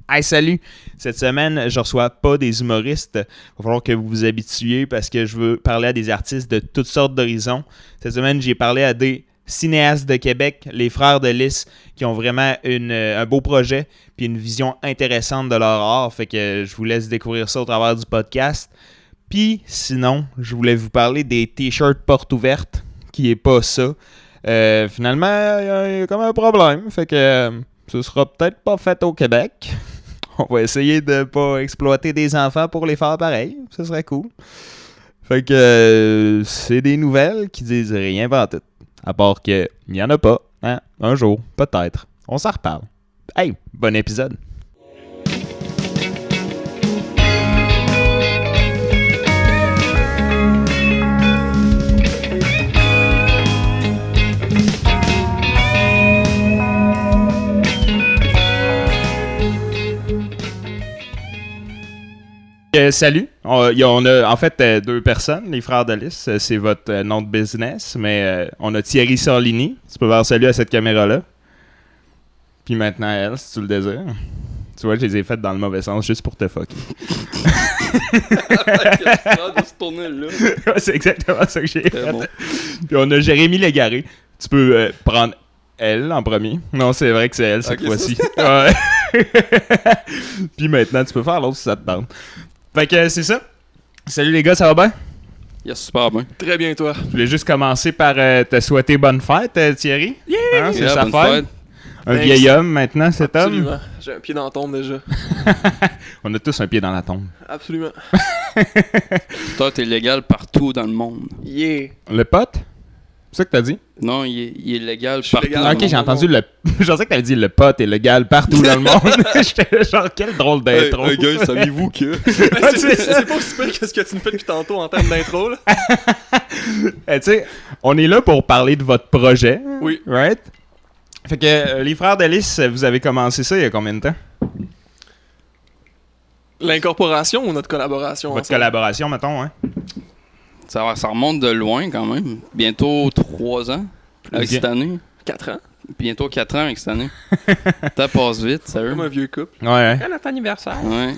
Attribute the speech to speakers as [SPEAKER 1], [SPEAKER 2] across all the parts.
[SPEAKER 1] Hey, salut! Cette semaine, je reçois pas des humoristes. Il va falloir que vous vous habituiez parce que je veux parler à des artistes de toutes sortes d'horizons. Cette semaine, j'ai parlé à des cinéastes de Québec, les frères de Lys, qui ont vraiment un beau projet puis une vision intéressante de leur art. Fait que je vous laisse découvrir ça au travers du podcast. Puis sinon, je voulais vous parler des t-shirts portes ouvertes, qui est pas ça. Finalement, il y a comme un problème. Fait que ce sera peut-être pas fait au Québec. On va essayer de pas exploiter des enfants pour les faire pareil. Ce serait cool. Fait que c'est des nouvelles qui disent rien pantoute. À part qu'il n'y en a pas. Hein? Un jour, peut-être. On s'en reparle. Hey, bon épisode. Salut, on a en fait deux personnes, les frères de Lys, c'est votre nom de business, mais on a Thierry Sorlini, tu peux faire salut à cette caméra-là, puis maintenant elle, si tu le désires. Tu vois, je les ai faites dans le mauvais sens, juste pour te fucker. C'est exactement ça que j'ai fait. Bon. Puis on a Jérémy Légaré, tu peux prendre elle en premier. Non, c'est vrai que c'est elle cette fois-ci. Ouais. Puis maintenant, tu peux faire l'autre si ça te tente. Fait que c'est ça. Salut les gars, ça va bien?
[SPEAKER 2] Yes, super bien.
[SPEAKER 3] Très bien, toi.
[SPEAKER 1] Je voulais juste commencer par te souhaiter bonne fête, Thierry.
[SPEAKER 3] Yeah!
[SPEAKER 1] Hein, c'est sa
[SPEAKER 2] bonne
[SPEAKER 1] fête. Un vieil homme maintenant, cet
[SPEAKER 3] Absolument.
[SPEAKER 1] homme.
[SPEAKER 3] J'ai un pied dans la tombe déjà.
[SPEAKER 1] On a tous un pied dans la tombe.
[SPEAKER 3] Absolument.
[SPEAKER 2] Toi, t'es légal partout dans le monde.
[SPEAKER 3] Yeah!
[SPEAKER 1] Le pote? C'est ça que t'as dit?
[SPEAKER 2] Non, il est légal
[SPEAKER 3] suis
[SPEAKER 2] partout
[SPEAKER 3] légal.
[SPEAKER 2] dans le
[SPEAKER 1] Ok,
[SPEAKER 2] monde.
[SPEAKER 1] j'ai entendu le... Je pensais que t'avais dit le pote est légal partout dans le monde. J'étais genre, quel drôle d'intro.
[SPEAKER 2] Hey, gars, saviez-vous que...
[SPEAKER 3] C'est pas aussi pire que ce que tu nous fais depuis tantôt en termes d'intro, là.
[SPEAKER 1] Tu sais, on est là pour parler de votre projet.
[SPEAKER 3] Oui.
[SPEAKER 1] Right? Fait que les frères de Lys, vous avez commencé ça il y a combien de temps?
[SPEAKER 3] L'incorporation ou notre collaboration?
[SPEAKER 1] Votre
[SPEAKER 3] ensemble?
[SPEAKER 1] collaboration, mettons, hein?
[SPEAKER 2] Ça remonte de loin, quand même. Bientôt 3 ans avec
[SPEAKER 1] Ok.
[SPEAKER 2] cette année.
[SPEAKER 3] 4 ans.
[SPEAKER 2] Bientôt 4 ans avec cette année. Ça passe vite, sérieux.
[SPEAKER 3] Comme un vieux couple.
[SPEAKER 1] Ouais.
[SPEAKER 3] À notre anniversaire.
[SPEAKER 2] Ouais.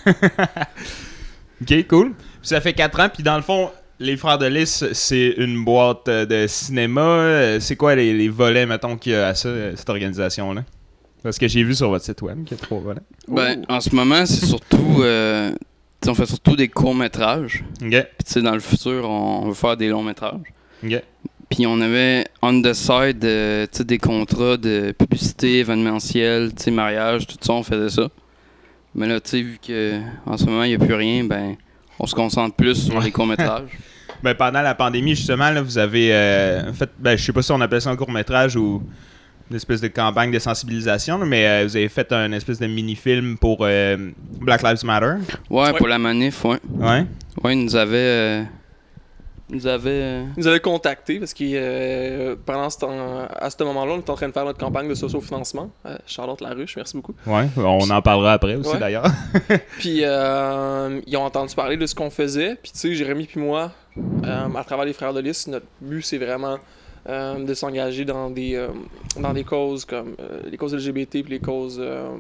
[SPEAKER 1] Ok, cool. Puis ça fait 4 ans, puis dans le fond, les frères de Lys, c'est une boîte de cinéma. C'est quoi les volets, mettons, qu'il y a à ça, cette organisation-là? Parce que j'ai vu sur votre site web qu'il y a 3 volets.
[SPEAKER 2] Ben, en ce moment, c'est surtout... t'sais, on fait surtout des courts-métrages.
[SPEAKER 1] Ok,
[SPEAKER 2] Puis, tu sais, dans le futur, on veut faire des longs-métrages.
[SPEAKER 1] ok.
[SPEAKER 2] Puis on avait on the side des contrats de publicité événementielle, mariage, tout ça, on faisait ça. Mais là, tu sais, vu qu'en ce moment, il n'y a plus rien, ben on se concentre plus sur les courts-métrages.
[SPEAKER 1] Ben, pendant la pandémie, justement, là, vous avez fait, ben, je sais pas si on appelle ça un court-métrage ou une espèce de campagne de sensibilisation, là, mais vous avez fait un espèce de mini-film pour Black Lives Matter.
[SPEAKER 2] Ouais, pour la manif, ouais.
[SPEAKER 1] Ouais.
[SPEAKER 2] Ouais, ils nous avaient...
[SPEAKER 3] Ils nous avaient contactés parce que à ce moment-là, on était en train de faire notre campagne de socio-financement. Charlotte Laruche, merci beaucoup.
[SPEAKER 1] Ouais, on en parlera après aussi,
[SPEAKER 3] Ouais.
[SPEAKER 1] d'ailleurs.
[SPEAKER 3] Puis ils ont entendu parler de ce qu'on faisait. Puis tu sais, Jérémy puis moi, à travers les frères de Lys, notre but c'est vraiment de s'engager dans des causes comme les causes LGBT puis les causes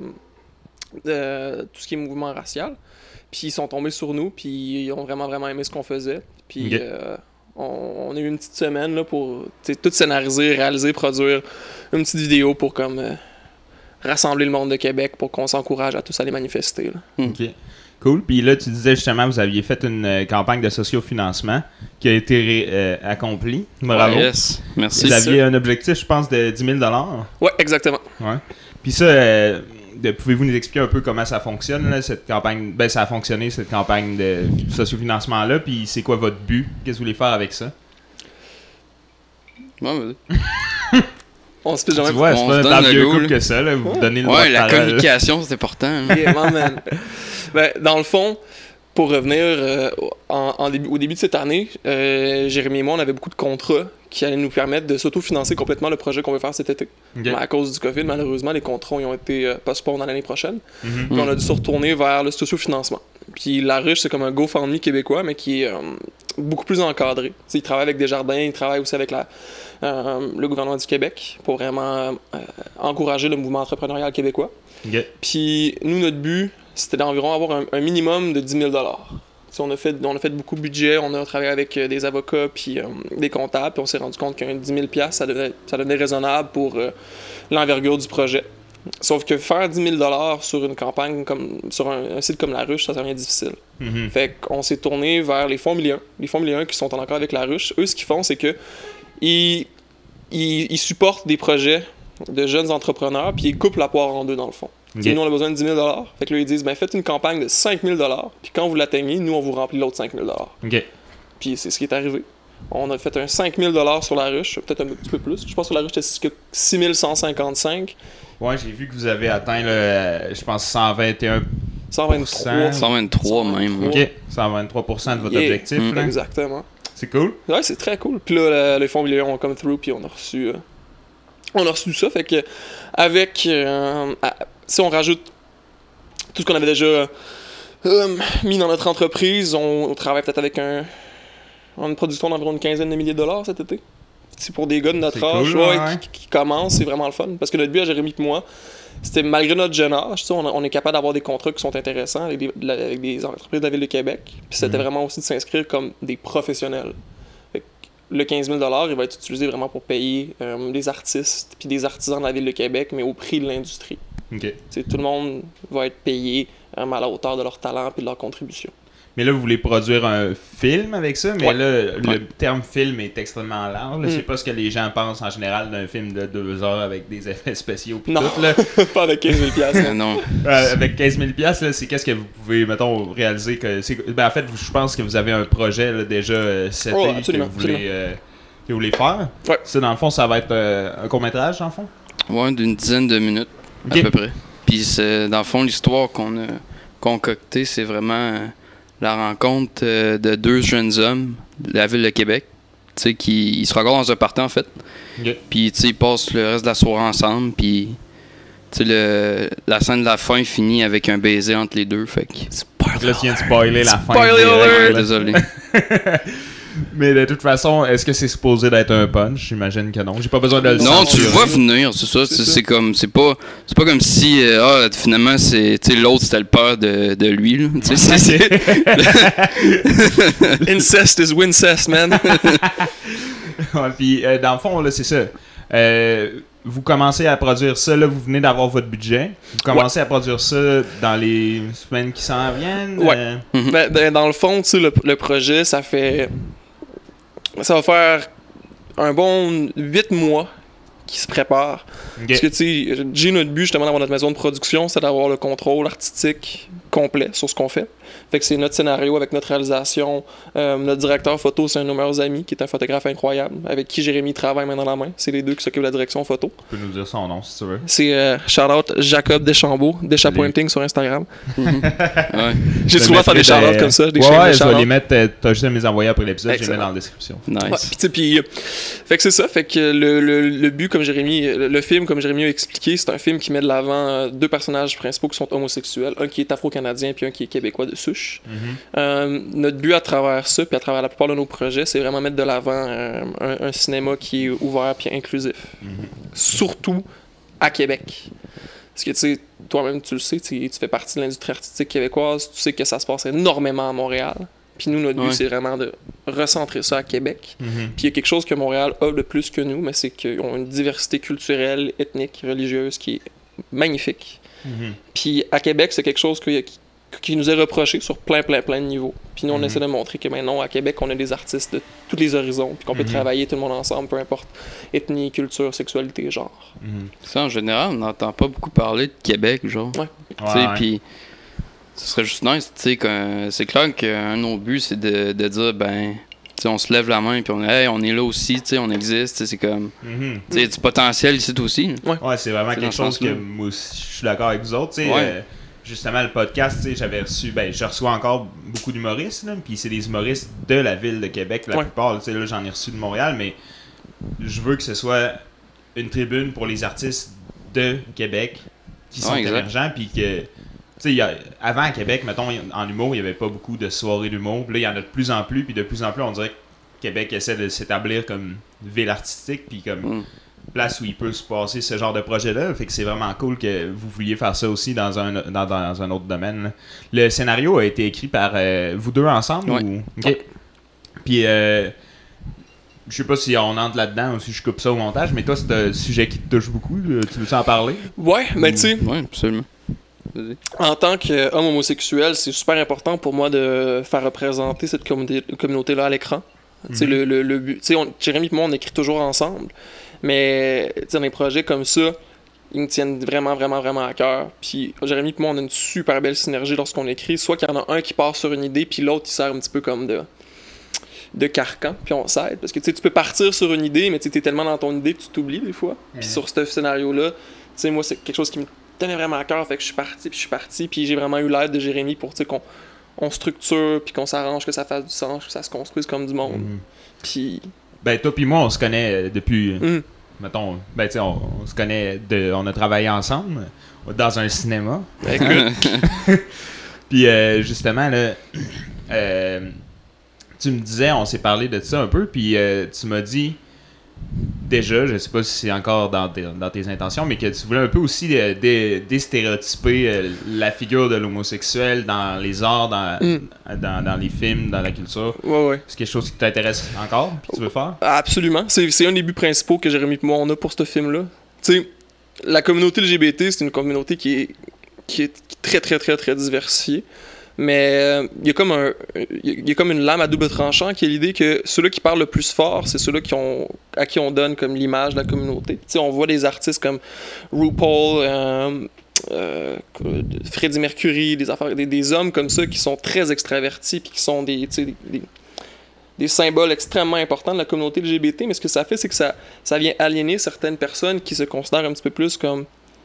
[SPEAKER 3] de tout ce qui est mouvement racial. Puis ils sont tombés sur nous, puis ils ont vraiment, vraiment aimé ce qu'on faisait. Puis
[SPEAKER 1] Ok.
[SPEAKER 3] on a eu une petite semaine là, pour tout scénariser, réaliser, produire une petite vidéo pour comme rassembler le monde de Québec pour qu'on s'encourage à tous aller manifester. Là.
[SPEAKER 1] OK. Cool. Puis là, tu disais justement, vous aviez fait une campagne de sociofinancement qui a été accomplie. Bravo.
[SPEAKER 2] Yes, merci.
[SPEAKER 1] Vous aviez un objectif, je pense, de 10 000 $.
[SPEAKER 3] Ouais, exactement.
[SPEAKER 1] Ouais. Puis ça, pouvez-vous nous expliquer un peu comment ça fonctionne, là, cette campagne? Ben, ça a fonctionné, cette campagne de sociofinancement-là. Puis c'est quoi votre but? Qu'est-ce que vous voulez faire avec ça?
[SPEAKER 2] Ouais, vas-y.
[SPEAKER 3] On se fait jamais
[SPEAKER 1] Tu vois, c'est
[SPEAKER 2] on
[SPEAKER 1] pas
[SPEAKER 2] se
[SPEAKER 1] dans
[SPEAKER 2] donne
[SPEAKER 1] le
[SPEAKER 2] le
[SPEAKER 1] vieux
[SPEAKER 2] go,
[SPEAKER 1] couple
[SPEAKER 2] là.
[SPEAKER 1] que ça, là. Vous donnez le
[SPEAKER 2] Ouais, la
[SPEAKER 1] porte-parole.
[SPEAKER 2] communication, c'est important. Hein.
[SPEAKER 3] Yeah, man. Ben, dans le fond, pour revenir au début de cette année, Jérémy et moi, on avait beaucoup de contrats qui allaient nous permettre de s'autofinancer complètement le projet qu'on veut faire cet été.
[SPEAKER 1] Ok.
[SPEAKER 3] Mais à cause du COVID, malheureusement, les contrats ils ont été postponed à l'année prochaine.
[SPEAKER 1] Mhm.
[SPEAKER 3] Puis on a dû se retourner vers le sociofinancement. Puis La Ruche, c'est comme un GoFundMe québécois, mais qui est beaucoup plus encadré. T'sais, il travaille avec Desjardins, il travaille aussi avec le gouvernement du Québec pour vraiment encourager le mouvement entrepreneurial québécois.
[SPEAKER 1] Ok.
[SPEAKER 3] Puis nous, notre but, c'était d'environ avoir un minimum de 10 000 On a fait beaucoup de budget, on a travaillé avec des avocats puis des comptables, puis on s'est rendu compte qu'un 10 000 ça devenait raisonnable pour l'envergure du projet. Sauf que faire 10 000 sur une campagne, sur un site comme La Ruche, ça devient difficile.
[SPEAKER 1] Mhm.
[SPEAKER 3] Fait qu'on s'est tourné vers les fonds millions. Les fonds millions qui sont en accord avec La Ruche, eux, ce qu'ils font, c'est que ils supportent des projets de jeunes entrepreneurs, puis ils coupent la poire en deux, dans le fond.
[SPEAKER 1] Okay.
[SPEAKER 3] Nous, on a besoin de 10 000 Fait que là, ils disent, faites une campagne de 5 000 puis quand vous l'atteignez, nous, on vous remplit l'autre 5 000
[SPEAKER 1] OK.
[SPEAKER 3] Puis c'est ce qui est arrivé. On a fait un 5 000 sur La Ruche, peut-être un petit peu plus. Je pense que La Ruche, c'était 6 155.
[SPEAKER 1] Ouais, j'ai vu que vous avez atteint, je pense, 121%.
[SPEAKER 3] 123.
[SPEAKER 2] 123 même.
[SPEAKER 1] OK. 123% de votre objectif. Là.
[SPEAKER 3] Exactement.
[SPEAKER 1] C'est cool.
[SPEAKER 3] Ouais, c'est très cool. Puis là, les fonds millions ont come through, puis on a reçu ça. Fait que, avec. Si on rajoute tout ce qu'on avait déjà mis dans notre entreprise, on travaille peut-être avec une production d'environ une quinzaine de milliers de dollars cet été. C'est pour des gars de notre âge
[SPEAKER 1] cool,
[SPEAKER 3] qui commencent, c'est vraiment le fun. Parce que notre but à Jérémy et moi, c'était malgré notre jeune âge, on est capable d'avoir des contrats qui sont intéressants avec des entreprises de la Ville de Québec. Puis c'était vraiment aussi de s'inscrire comme des professionnels. Fait que le 15 000 il va être utilisé vraiment pour payer des artistes puis des artisans de la Ville de Québec, mais au prix de l'industrie.
[SPEAKER 1] OK.
[SPEAKER 3] Tout le monde va être payé à la hauteur de leur talent et de leur contribution.
[SPEAKER 1] Mais là, vous voulez produire un film avec ça, mais
[SPEAKER 3] Ouais.
[SPEAKER 1] là, le terme film est extrêmement large. Je sais pas ce que les gens pensent en général d'un film de 2 heures avec des effets spéciaux pis
[SPEAKER 3] Non.
[SPEAKER 1] tout, là.
[SPEAKER 3] Pas avec 15 000
[SPEAKER 2] Non.
[SPEAKER 1] Avec 15 000 là, c'est qu'est-ce que vous pouvez, mettons, réaliser que c'est... En fait, je pense que vous avez un projet là, déjà seté que vous voulez faire.
[SPEAKER 3] Ouais.
[SPEAKER 1] Ça, dans le fond, ça va être un court-métrage, dans le fond?
[SPEAKER 2] Ouais, d'une dizaine de minutes,
[SPEAKER 1] Ok.
[SPEAKER 2] à peu près. Puis, dans le fond, l'histoire qu'on a concoctée, c'est vraiment la rencontre de 2 jeunes hommes de la Ville de Québec, tu sais, qui se rencontrent dans un party, en fait.
[SPEAKER 1] Ok.
[SPEAKER 2] Puis, tu sais, ils passent le reste de la soirée ensemble, puis, tu sais, la scène de la fin finit avec un baiser entre les deux, fait que...
[SPEAKER 1] Là, tu viens de spoiler la fin.
[SPEAKER 3] Spoiler
[SPEAKER 1] direct,
[SPEAKER 3] alert!
[SPEAKER 1] là.
[SPEAKER 2] Désolé.
[SPEAKER 1] Mais de toute façon, est-ce que c'est supposé d'être un punch? J'imagine que non. J'ai pas besoin de le
[SPEAKER 2] Non, tu le
[SPEAKER 1] censurer.
[SPEAKER 2] vois venir, c'est ça. C'est comme, c'est pas comme si finalement c'est, tu sais, l'autre c'était le père de lui. Là. Tu sais,
[SPEAKER 3] Incest is wincest, man.
[SPEAKER 1] Ouais, puis dans le fond, là, c'est ça. Vous commencez à produire ça, là, vous venez d'avoir votre budget. Vous commencez à produire ça dans les semaines qui s'en viennent.
[SPEAKER 3] Ouais. Dans le fond, tu sais, le projet, ça va faire un bon 8 mois qui se prépare.
[SPEAKER 1] Ok.
[SPEAKER 3] Parce que, tu sais, j'ai notre but, justement, d'avoir notre maison de production, c'est d'avoir le contrôle artistique complet sur ce qu'on fait. Fait que c'est notre scénario avec notre réalisation. Notre directeur photo, c'est un de nos meilleurs amis, qui est un photographe incroyable, avec qui Jérémy travaille main dans la main. C'est les deux qui s'occupent de la direction photo.
[SPEAKER 1] Tu peux nous dire son nom, si tu veux.
[SPEAKER 3] C'est shout-out Jacob Deschambault, Deschapointing sur Instagram.
[SPEAKER 2] Ouais.
[SPEAKER 3] J'ai
[SPEAKER 1] Je
[SPEAKER 3] souvent fait des
[SPEAKER 1] mettrai
[SPEAKER 3] shout-outs comme ça, des
[SPEAKER 1] ouais,
[SPEAKER 3] chaînes de
[SPEAKER 1] je vais
[SPEAKER 3] shout-outs.
[SPEAKER 1] les mettre. T'as juste à me les envoyer après l'épisode, je les mets
[SPEAKER 3] Excellent.
[SPEAKER 1] dans la description.
[SPEAKER 3] Ouais,
[SPEAKER 2] Nice.
[SPEAKER 3] puis fait que c'est ça, fait que le but, comme Jérémy, le film, comme Jérémy a expliqué, c'est un film qui met de l'avant 2 personnages principaux qui sont homosexuels, un qui est afro-canadien puis un qui est québécois de souche. Notre but à travers ça, puis à travers la plupart de nos projets, c'est vraiment mettre de l'avant un cinéma qui est ouvert puis inclusif. Surtout à Québec. Parce que, tu sais, toi-même, tu le sais, tu fais partie de l'industrie artistique québécoise, tu sais que ça se passe énormément à Montréal. Puis nous, notre but,
[SPEAKER 2] Ouais.
[SPEAKER 3] c'est vraiment de recentrer ça à Québec.
[SPEAKER 1] Mhm.
[SPEAKER 3] Puis il y a quelque chose que Montréal a de plus que nous, mais c'est qu'ils ont une diversité culturelle, ethnique, religieuse qui est magnifique.
[SPEAKER 1] Mhm.
[SPEAKER 3] Puis à Québec, c'est quelque chose qui nous est reproché sur plein de niveaux. Puis nous, on essaie de montrer que maintenant, à Québec, on a des artistes de tous les horizons, puis qu'on peut travailler tout le monde ensemble, peu importe ethnie, culture, sexualité, genre.
[SPEAKER 1] Mhm.
[SPEAKER 2] Ça, en général, on n'entend pas beaucoup parler de Québec, genre.
[SPEAKER 3] Ouais.
[SPEAKER 2] Tu sais, puis ce serait juste nice, tu sais, c'est clair qu'un de nos buts, c'est de dire, ben, tu sais, on se lève la main, puis on est là aussi, tu sais, on existe, tu sais, c'est comme,
[SPEAKER 1] Mhm.
[SPEAKER 2] tu sais, du potentiel ici aussi. Là.
[SPEAKER 1] Ouais, c'est vraiment
[SPEAKER 2] C'est dans
[SPEAKER 1] quelque
[SPEAKER 2] ce
[SPEAKER 1] chose que
[SPEAKER 2] sens-là.
[SPEAKER 1] moi aussi, je suis d'accord avec vous autres. Tu sais,
[SPEAKER 2] Ouais.
[SPEAKER 1] justement, le podcast, tu sais, je reçois encore beaucoup d'humoristes, là, puis c'est des humoristes de la ville de Québec, la
[SPEAKER 3] Ouais.
[SPEAKER 1] plupart. Tu sais, là, j'en ai reçu de Montréal, mais je veux que ce soit une tribune pour les artistes de Québec qui sont
[SPEAKER 2] Ouais, exact.
[SPEAKER 1] émergents, puis que, tu sais, avant à Québec, mettons, en humour, il n'y avait pas beaucoup de soirées d'humour. Puis là, il y en a de plus en plus, puis de plus en plus, on dirait que Québec essaie de s'établir comme ville artistique, puis comme place où il peut se passer ce genre de projet-là. Fait que c'est vraiment cool que vous vouliez faire ça aussi dans un autre domaine. Là. Le scénario a été écrit par vous deux ensemble?
[SPEAKER 2] Ouais.
[SPEAKER 1] Ou... OK. Puis, je sais pas si on entre là-dedans ou si je coupe ça au montage, mais toi, c'est un sujet qui te touche beaucoup. Tu veux en parler?
[SPEAKER 3] Ouais, mais tu sais,
[SPEAKER 2] Ouais, absolument. Vas-y.
[SPEAKER 3] en tant qu'homme homosexuel, c'est super important pour moi de faire représenter cette communauté-là à l'écran. Tu sais, le but. Tu sais, Jérémy et moi, on écrit toujours ensemble. Mais, tu sais, dans des projets comme ça, ils me tiennent vraiment, vraiment, vraiment à cœur. Puis, Jérémy et moi, on a une super belle synergie lorsqu'on écrit. Soit qu'il y en a un qui part sur une idée, puis l'autre, il sert un petit peu comme de carcan, puis on s'aide. Parce que, tu sais, tu peux partir sur une idée, mais tu es tellement dans ton idée que tu t'oublies des fois. Puis, sur ce scénario-là, tu sais, moi, c'est quelque chose qui me tenait vraiment à cœur. Fait que je suis parti, puis j'ai vraiment eu l'aide de Jérémy pour, tu sais, qu'on structure, puis qu'on s'arrange, que ça fasse du sens, que ça se construise comme du monde. Puis...
[SPEAKER 1] Ben, toi puis moi, on se connaît depuis... Mettons, ben, tu sais, on se connaît... on a travaillé ensemble dans un cinéma.
[SPEAKER 3] Écoute.
[SPEAKER 1] Puis, justement, là... tu me disais, on s'est parlé de ça un peu, puis tu m'as dit... Déjà, je sais pas si c'est encore dans tes intentions, mais que tu voulais un peu aussi déstéréotyper la figure de l'homosexuel dans les arts, dans les films, dans la culture.
[SPEAKER 3] Ouais.
[SPEAKER 1] C'est quelque chose qui t'intéresse encore, puis que tu veux faire?
[SPEAKER 3] Absolument. C'est un des buts principaux que Jérémy et moi, on a pour ce film-là. Tu sais, la communauté LGBT, c'est une communauté qui est très, très, très, très diversifiée. Mais il y a comme une lame à double tranchant qui est l'idée que ceux-là qui parlent le plus fort, c'est ceux-là à qui on donne comme l'image de la communauté. Tu sais, on voit des artistes comme RuPaul, Freddie Mercury, des hommes comme ça qui sont très extravertis puis qui sont des symboles extrêmement importants de la communauté LGBT. Mais ce que ça fait, c'est que ça vient aliéner certaines personnes qui se considèrent un petit peu plus comme...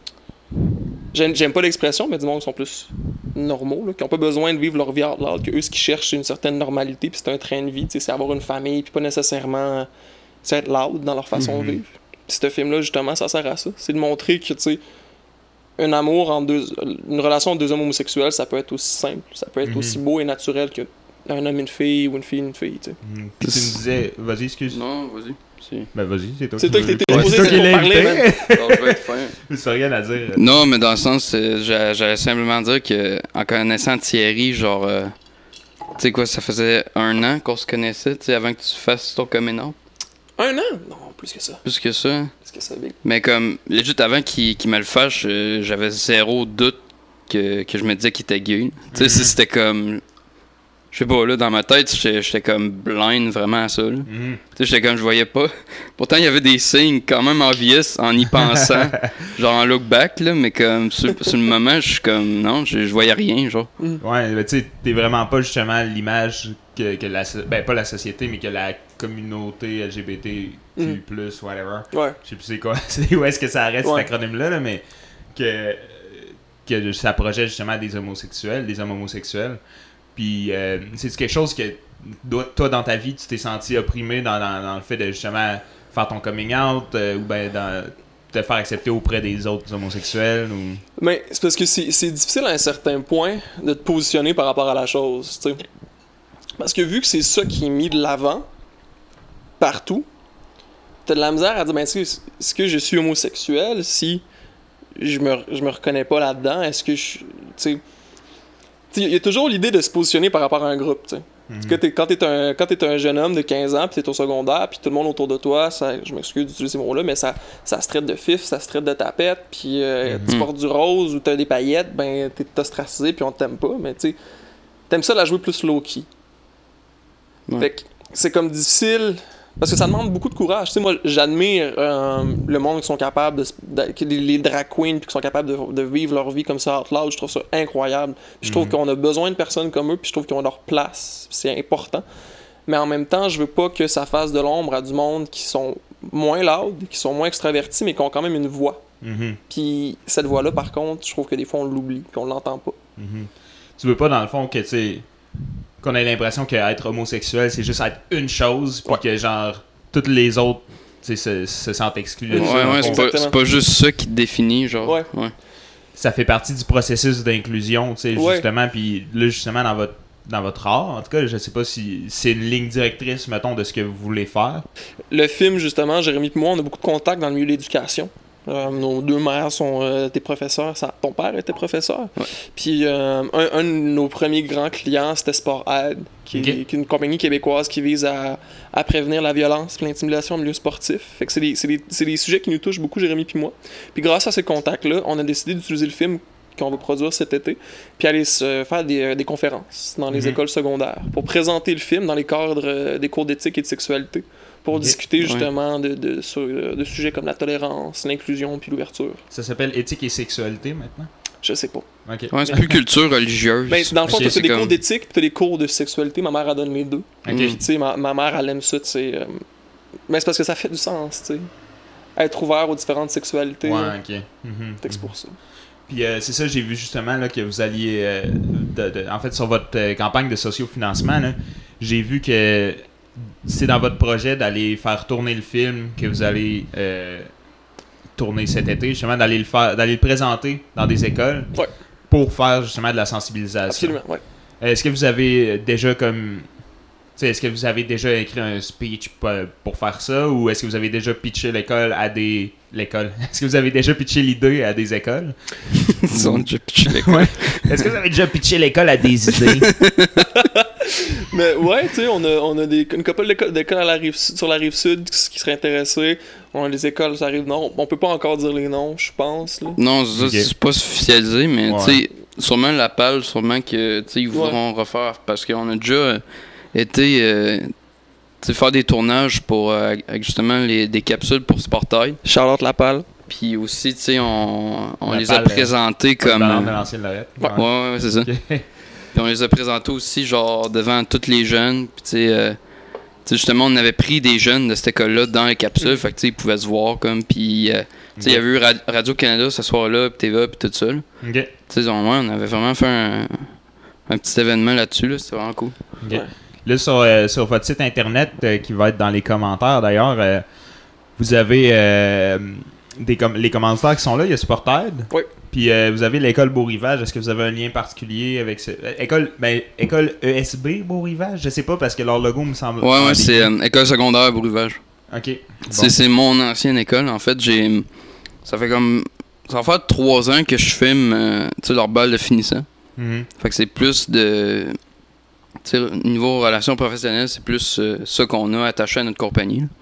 [SPEAKER 3] J'aime pas l'expression, mais du monde qui sont plus normaux, là, qui n'ont pas besoin de vivre leur vie out loud, que eux, ce qu'ils cherchent, c'est une certaine normalité, puis c'est un train de vie, c'est avoir une famille, puis pas nécessairement être loud dans leur façon de vivre. Puis ce film-là, justement, ça sert à ça. C'est de montrer que, tu sais, un amour une relation entre deux hommes homosexuels, ça peut être aussi simple, ça peut être aussi beau et naturel qu'un homme et une fille, ou une fille, tu sais.
[SPEAKER 1] Puis tu me disais... Vas-y, excuse.
[SPEAKER 2] Non, vas-y.
[SPEAKER 1] Ben vas-y, c'est toi.
[SPEAKER 3] C'est toi qui t'étais
[SPEAKER 1] Ouais,
[SPEAKER 3] posé
[SPEAKER 1] c'est toi qui
[SPEAKER 3] pour
[SPEAKER 1] l'as
[SPEAKER 3] parler, man.
[SPEAKER 1] invité.
[SPEAKER 2] Ça va être fin.
[SPEAKER 1] C'est rien à dire.
[SPEAKER 2] Non, mais dans le sens, j'allais simplement dire que en connaissant Thierry, genre, tu sais quoi, ça faisait 1 an qu'on se connaissait, tu sais, avant que tu fasses ton coming out.
[SPEAKER 3] 1 an? Non, plus que ça.
[SPEAKER 2] Plus que ça.
[SPEAKER 3] Plus que ça, Big.
[SPEAKER 2] Mais comme, juste avant qu'il me le fasse, j'avais zéro doute que je me disais qu'il était gay. Tu sais, c'était comme... Je sais pas, là, dans ma tête, j'étais comme blind vraiment à ça, là. Tu sais, j'étais comme, je voyais pas. Pourtant, il y avait des signes quand même obvious en y pensant, genre en look back, là, mais comme, sur le moment, je suis comme, non, je voyais rien, genre.
[SPEAKER 1] Ouais, mais tu sais, t'es vraiment pas justement l'image que pas la société, mais que la communauté LGBT plus, whatever.
[SPEAKER 3] Ouais.
[SPEAKER 1] Je sais plus c'est quoi, où est-ce que ça arrête cet acronyme-là, là, mais que ça projette justement des hommes homosexuels. Puis, c'est quelque chose que toi, dans ta vie, tu t'es senti opprimé dans le fait de justement faire ton coming out ou ben te faire accepter auprès des autres homosexuels ou...
[SPEAKER 3] Mais c'est parce que c'est difficile à un certain point de te positionner par rapport à la chose, tu sais. Parce que vu que c'est ça qui est mis de l'avant, partout, t'as de la misère à dire, ben, est-ce que je suis homosexuel si je me reconnais pas là-dedans? Est-ce que je... Tu sais... Il y a toujours l'idée de se positionner par rapport à un groupe, tu sais. Parce que quand t'es un jeune homme de 15 ans, puis t'es au secondaire, puis tout le monde autour de toi, je m'excuse d'utiliser ces mots-là, mais ça se traite de fif, ça se traite de tapette, puis tu portes du rose ou t'as des paillettes, ben t'es ostracisé, puis on t'aime pas, mais tu sais, t'aimes ça la jouer plus low-key. Fait que c'est comme difficile... Parce que ça demande beaucoup de courage. Tu sais, moi, j'admire le monde qui sont capables les drag queens puis qui sont capables de vivre leur vie comme ça out loud. Je trouve ça incroyable. Puis je trouve qu'on a besoin de personnes comme eux, puis je trouve qu'ils ont leur place. C'est important. Mais en même temps, je veux pas que ça fasse de l'ombre à du monde qui sont moins loud, qui sont moins extravertis, mais qui ont quand même une voix. Puis cette voix-là, par contre, je trouve que des fois, on l'oublie, qu'on l'entend pas.
[SPEAKER 1] Tu veux pas, dans le fond, que tu sais... qu'on ait l'impression qu'être homosexuel, c'est juste être une chose, puis que genre, toutes les autres se sentent exclus de ça.
[SPEAKER 2] Ouais, c'est pas juste ça qui te définit, genre. Ouais.
[SPEAKER 1] Ça fait partie du processus d'inclusion, tu sais, justement, puis là, justement, dans votre dans votre art. En tout cas, je sais pas si c'est une ligne directrice, mettons, de ce que vous voulez faire.
[SPEAKER 3] Le film, justement, Jérémy et moi, on a beaucoup de contacts dans le milieu de l'éducation. Nos deux mères sont des professeurs. Ton père était professeur.
[SPEAKER 2] Ouais.
[SPEAKER 3] Puis un de nos premiers grands clients, c'était Sport Aid, qui est une compagnie québécoise qui vise à prévenir la violence et l'intimidation en milieu sportif. Fait que c'est des sujets qui nous touchent beaucoup, Jérémy et moi. Puis grâce à ces contacts-là, on a décidé d'utiliser le film qu'on va produire cet été, puis aller se faire des conférences dans les écoles secondaires pour présenter le film dans les cadres des cours d'éthique et de sexualité, pour discuter justement de sujets comme la tolérance, l'inclusion puis l'ouverture.
[SPEAKER 1] Ça s'appelle éthique et sexualité maintenant?
[SPEAKER 3] Je sais pas.
[SPEAKER 1] Ok.
[SPEAKER 2] Ouais, c'est plus culture religieuse.
[SPEAKER 3] Ben, dans le fond,
[SPEAKER 2] Ok,
[SPEAKER 3] t'as
[SPEAKER 2] c'est
[SPEAKER 3] des
[SPEAKER 2] comme-
[SPEAKER 3] cours d'éthique puis t'as des cours de sexualité. Ma mère, elle donne les deux.
[SPEAKER 1] Ok.
[SPEAKER 3] Puis, tu sais, ma mère, elle aime ça, tu sais. Mais c'est parce que ça fait du sens, tu sais. Être ouvert aux différentes sexualités.
[SPEAKER 1] Ouais,
[SPEAKER 3] là.
[SPEAKER 1] ok. Mhm.
[SPEAKER 3] Fait que c'est pour ça.
[SPEAKER 1] Puis c'est ça, j'ai vu justement là, que vous alliez, en fait, sur votre campagne de sociofinancement, là, j'ai vu que c'est dans votre projet d'aller faire tourner le film que vous allez tourner cet été, justement, d'aller le présenter dans des écoles
[SPEAKER 3] Ouais.
[SPEAKER 1] pour faire justement de la sensibilisation.
[SPEAKER 3] Absolument, ouais.
[SPEAKER 1] Est-ce que vous avez déjà comme... est-ce que vous avez déjà écrit un speech pour faire ça ou est-ce que vous avez déjà pitché l'école à des... L'école. Est-ce que vous avez déjà pitché l'idée à des écoles?
[SPEAKER 2] Ils ont déjà pitché les
[SPEAKER 1] Ouais. Est-ce que vous avez déjà pitché l'école à des idées?
[SPEAKER 3] Mais ouais, tu sais, on a une couple d'écoles sur la rive sud qui seraient intéressées. On a des écoles sur la rive nord. On peut pas encore dire les noms, je pense. Là.
[SPEAKER 2] Non, ça,
[SPEAKER 1] Ok.
[SPEAKER 2] c'est pas officialisé, mais
[SPEAKER 1] Ouais.
[SPEAKER 2] tu sais, sûrement la PAL, sûrement que tu sais, ils voudront refaire parce qu'on a déjà été tu sais, faire des tournages pour avec justement des capsules pour Sportail.
[SPEAKER 3] Charlotte Lapal.
[SPEAKER 2] Puis aussi, tu sais, on
[SPEAKER 1] La
[SPEAKER 2] les a
[SPEAKER 1] PAL,
[SPEAKER 2] présentés comme.
[SPEAKER 1] Dans de l'ancienne Lorette.
[SPEAKER 2] Ouais, c'est ça.
[SPEAKER 1] Ok.
[SPEAKER 2] Puis on les a présentés aussi, genre, devant tous les jeunes. Puis, tu sais, justement, on avait pris des jeunes de cette école-là dans les capsules. Fait que, tu sais, ils pouvaient se voir, comme. Puis, tu sais, il y avait eu Radio-Canada ce soir-là, puis TVA, puis tout ça. Là.
[SPEAKER 1] Ok.
[SPEAKER 2] Tu sais, on avait vraiment fait un petit événement là-dessus. Là. C'était vraiment cool.
[SPEAKER 1] Ok.
[SPEAKER 3] Ouais.
[SPEAKER 1] Là, sur votre site internet, qui va être dans les commentaires d'ailleurs, vous avez les commentaires qui sont là. Il y a Sportaid.
[SPEAKER 3] Oui.
[SPEAKER 1] Puis vous avez l'école Beau-Rivage. Est-ce que vous avez un lien particulier avec école ESB Beau-Rivage? Je sais pas parce que leur logo me semble.
[SPEAKER 2] Ouais, c'est école secondaire Beau-Rivage.
[SPEAKER 1] Ok.
[SPEAKER 2] C'est mon ancienne école. En fait, ça va faire 3 ans que je filme tu sais, leur balle de finissant.
[SPEAKER 1] Mhm.
[SPEAKER 2] Fait que c'est plus de. Tu sais, niveau relations professionnelles, c'est plus ça qu'on a attaché à notre compagnie. Là.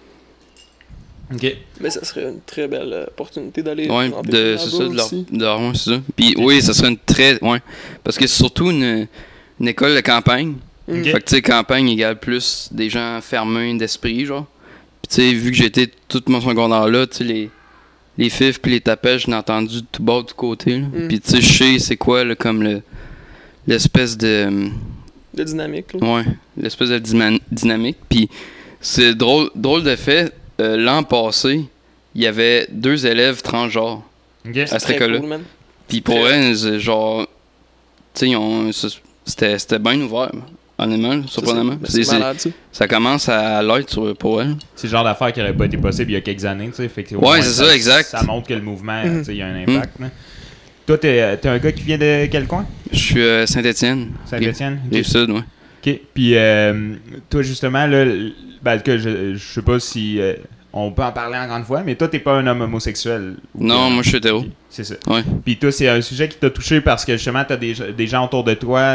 [SPEAKER 1] Ok.
[SPEAKER 3] Mais ça serait une très belle opportunité d'aller.
[SPEAKER 2] Ouais,
[SPEAKER 3] présenter
[SPEAKER 2] c'est ça,
[SPEAKER 3] là-bas aussi.
[SPEAKER 2] ouais, c'est ça. Puis oui, ça serait une très. Ouais. Parce que c'est surtout une école de campagne.
[SPEAKER 3] Mm.
[SPEAKER 1] Ok.
[SPEAKER 2] Fait que tu sais, campagne égale plus des gens fermés d'esprit, genre. Puis tu sais, vu que j'étais tout mon secondaire là, tu sais, les fifs puis les tapettes, je l'ai entendu de tout bas, de côté. Là.
[SPEAKER 3] Mm.
[SPEAKER 2] Puis tu sais, je sais c'est quoi, là, comme l'espèce de.
[SPEAKER 3] De dynamique. Là.
[SPEAKER 2] Ouais, l'espèce de dynamique. Puis c'est drôle de fait, l'an passé, il y avait 2 élèves transgenres
[SPEAKER 1] Ok.
[SPEAKER 2] à cette
[SPEAKER 3] Très
[SPEAKER 2] école-là.
[SPEAKER 3] cool, man.
[SPEAKER 2] Puis pour eux, genre, tu sais, c'était bien ouvert, honnêtement, là, surprenamment.
[SPEAKER 3] C'est malade, ça.
[SPEAKER 2] Ça commence à l'être pour elle.
[SPEAKER 1] C'est le genre d'affaire qui n'aurait pas été possible il y a quelques années, tu sais. Fait que au
[SPEAKER 2] Ouais,
[SPEAKER 1] moins,
[SPEAKER 2] c'est ça, exact.
[SPEAKER 1] Ça montre que le mouvement, tu sais, il y a un impact. Là. Toi, t'es un gars qui vient de quel coin?
[SPEAKER 2] Je suis à Saint-Étienne.
[SPEAKER 1] Saint-Étienne? Ok.
[SPEAKER 2] Rive-Sud, ouais.
[SPEAKER 1] Ok. Puis, toi, justement, là, ben, que je sais pas si on peut en parler en grande fois, mais toi, t'es pas un homme homosexuel.
[SPEAKER 2] Non, moi je suis hétéro.
[SPEAKER 1] Ok, c'est ça.
[SPEAKER 2] Ouais.
[SPEAKER 1] Puis toi, c'est un sujet qui t'a touché parce que justement, t'as des gens autour de toi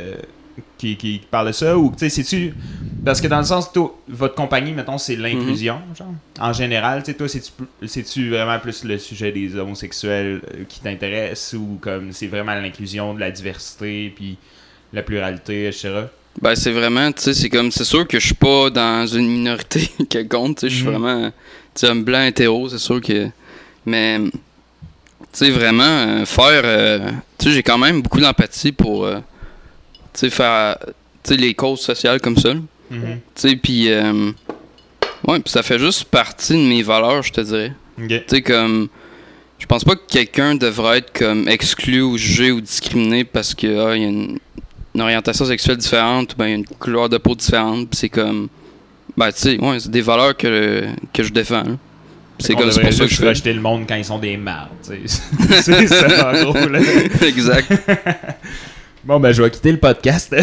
[SPEAKER 1] qui parlent de ça, ou tu sais, c'est-tu... Parce que dans le sens, toi, votre compagnie, mettons, c'est l'inclusion, genre. En général, tu sais, toi, c'est-tu vraiment plus le sujet des homosexuels qui t'intéresse, ou comme c'est vraiment l'inclusion de la diversité, puis la pluralité, etc.?
[SPEAKER 2] Ben c'est vraiment, tu sais, c'est sûr que je suis pas dans une minorité quelconque, tu sais, je suis vraiment, tu sais, un blanc hétéro, c'est sûr que, mais, tu sais, vraiment, tu sais, j'ai quand même beaucoup d'empathie pour, tu sais, faire, tu sais, les causes sociales comme ça, là. Tu sais, puis, ouais, puis ça fait juste partie de mes valeurs, je te dirais.
[SPEAKER 1] Ok.
[SPEAKER 2] Tu sais, comme, je pense pas que quelqu'un devrait être comme exclu ou jugé ou discriminé parce que, il y a une orientation sexuelle différente ou ben il y a une couleur de peau différente, pis c'est comme, ben tu sais, ouais, c'est des valeurs que je défends, là. C'est comme, c'est pour ça que je fais.
[SPEAKER 1] rejeter le monde quand ils sont des mardes, tu sais. C'est ça, en gros, là.
[SPEAKER 2] Exact.
[SPEAKER 1] Bon, ben, je vais quitter le podcast.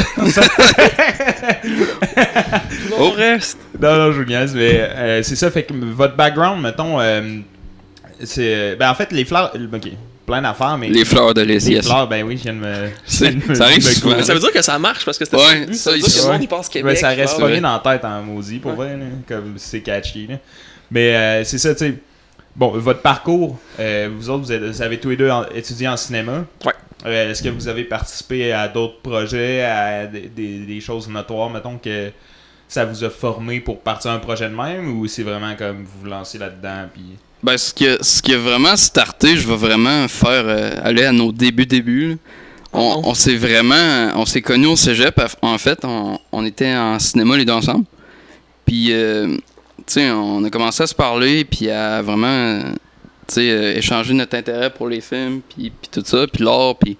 [SPEAKER 3] On reste.
[SPEAKER 1] Non, je vous niaise, mais c'est ça. Fait que votre background, mettons, c'est... Ben, en fait, les fleurs... OK, plein d'affaires, mais...
[SPEAKER 2] Les fleurs de lys,
[SPEAKER 1] Les
[SPEAKER 2] yes.
[SPEAKER 1] fleurs, ben oui, je viens de me...
[SPEAKER 2] Ça arrive souvent.
[SPEAKER 3] Mais ça veut dire que ça marche parce que c'était
[SPEAKER 2] Ouais,
[SPEAKER 3] le but.
[SPEAKER 2] ça,
[SPEAKER 3] Ça veut dire que
[SPEAKER 2] ça,
[SPEAKER 3] le monde, il pense Québec.
[SPEAKER 1] Ouais, ça reste
[SPEAKER 3] fleurs.
[SPEAKER 1] pogné dans la tête en maudit, pour vrai, là, comme c'est catchy. Là. Mais c'est ça, tu sais. Bon, votre parcours, vous autres, vous avez tous les deux étudié en cinéma.
[SPEAKER 3] Ouais.
[SPEAKER 1] Est-ce que vous avez participé à d'autres projets, à des choses notoires, mettons, que ça vous a formé pour partir un projet de même, ou c'est vraiment comme vous vous lancez là-dedans, puis...
[SPEAKER 2] Ben, ce qui a vraiment starté, je vais vraiment faire aller à nos débuts. Là. On s'est connus au cégep. En fait, on était en cinéma les deux ensemble. Puis, tu sais, on a commencé à se parler, puis à vraiment, tu sais, échanger notre intérêt pour les films, puis tout ça, puis l'art, puis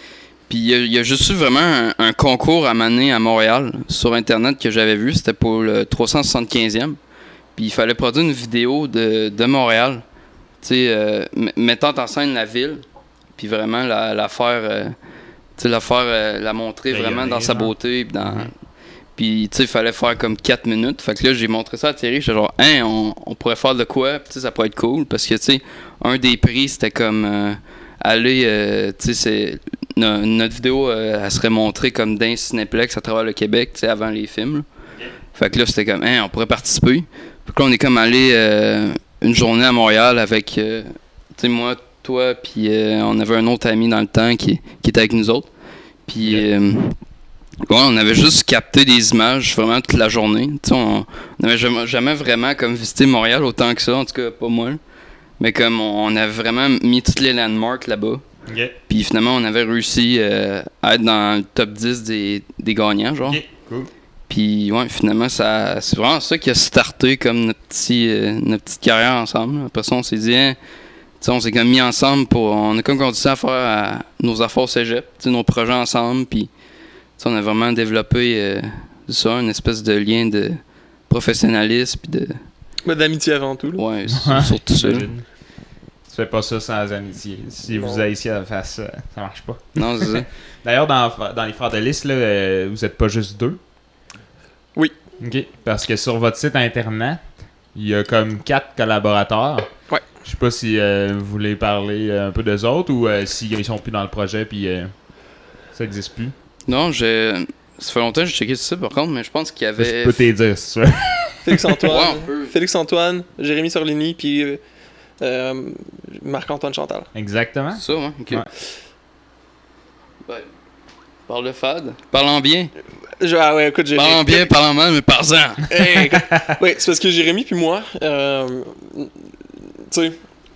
[SPEAKER 2] il y a juste eu vraiment un concours à mener à Montréal sur Internet que j'avais vu. C'était pour le 375e. Puis il fallait produire une vidéo de Montréal, tu sais, mettant en scène la ville, puis vraiment la faire, tu sais, la montrer vraiment dans sa beauté, puis puis tu sais, il fallait faire comme 4 minutes. Fait que là, j'ai montré ça à Thierry, j'étais genre, hein, on pourrait faire de quoi, puis tu sais, ça pourrait être cool, parce que tu sais, un des prix, c'était comme aller, tu sais, notre vidéo, elle serait montrée comme d'un Cinéplex à travers le Québec, tu sais, avant les films. Là. Fait que là, c'était comme, hein, on pourrait participer. Puis là, on est comme allé une journée à Montréal avec, tu sais, moi, toi, puis on avait un autre ami dans le temps qui était avec nous autres. Puis, ouais, on avait juste capté des images vraiment toute la journée. Tu sais, on n'avait jamais vraiment comme visité Montréal autant que ça, en tout cas, pas moi. Mais comme on avait vraiment mis toutes les landmarks là-bas.
[SPEAKER 1] Okay.
[SPEAKER 2] Puis finalement, on avait réussi à être dans le top 10 des gagnants, genre.
[SPEAKER 1] OK, cool.
[SPEAKER 2] Puis ouais, finalement, c'est vraiment ça qui a starté comme notre petite carrière ensemble. Après ça, on s'est dit, hein, on s'est comme mis ensemble on a comme continué à faire nos affaires au cégep, nos projets ensemble. Puis on a vraiment développé ça, une espèce de lien de professionnalisme. Puis
[SPEAKER 3] d'amitié avant tout. Là.
[SPEAKER 2] Ouais, surtout ça.
[SPEAKER 1] Tu fais pas ça sans amitié. Si vous haïssiez à faire ça, ça marche pas.
[SPEAKER 2] Non, c'est ça.
[SPEAKER 1] D'ailleurs, dans les Frères de Lys, là, vous êtes pas juste deux.
[SPEAKER 3] Oui.
[SPEAKER 1] OK. Parce que sur votre site internet, il y a comme 4 collaborateurs.
[SPEAKER 3] Ouais.
[SPEAKER 1] Je sais pas si vous voulez parler un peu d'eux autres ou s'ils sont plus dans le projet puis ça existe plus.
[SPEAKER 2] Non, ça fait longtemps que j'ai checké ça par contre, mais je pense qu'il y avait...
[SPEAKER 1] Je peux t'aider dire si tu veux.
[SPEAKER 3] Félix-Antoine,
[SPEAKER 2] Ouais,
[SPEAKER 3] Félix-Antoine, Jérémy Sorlini, puis Marc-Antoine Chantal.
[SPEAKER 1] Exactement.
[SPEAKER 2] Ça, ouais, ok.
[SPEAKER 1] Ouais.
[SPEAKER 2] Ben, parle de fade. Parlant bien.
[SPEAKER 3] Ouais, écoute, Jérémy.
[SPEAKER 2] Parlant bien, parlant mal, mais parle-en.
[SPEAKER 3] Hey, écoute, ouais, c'est parce que Jérémy puis moi, tu sais,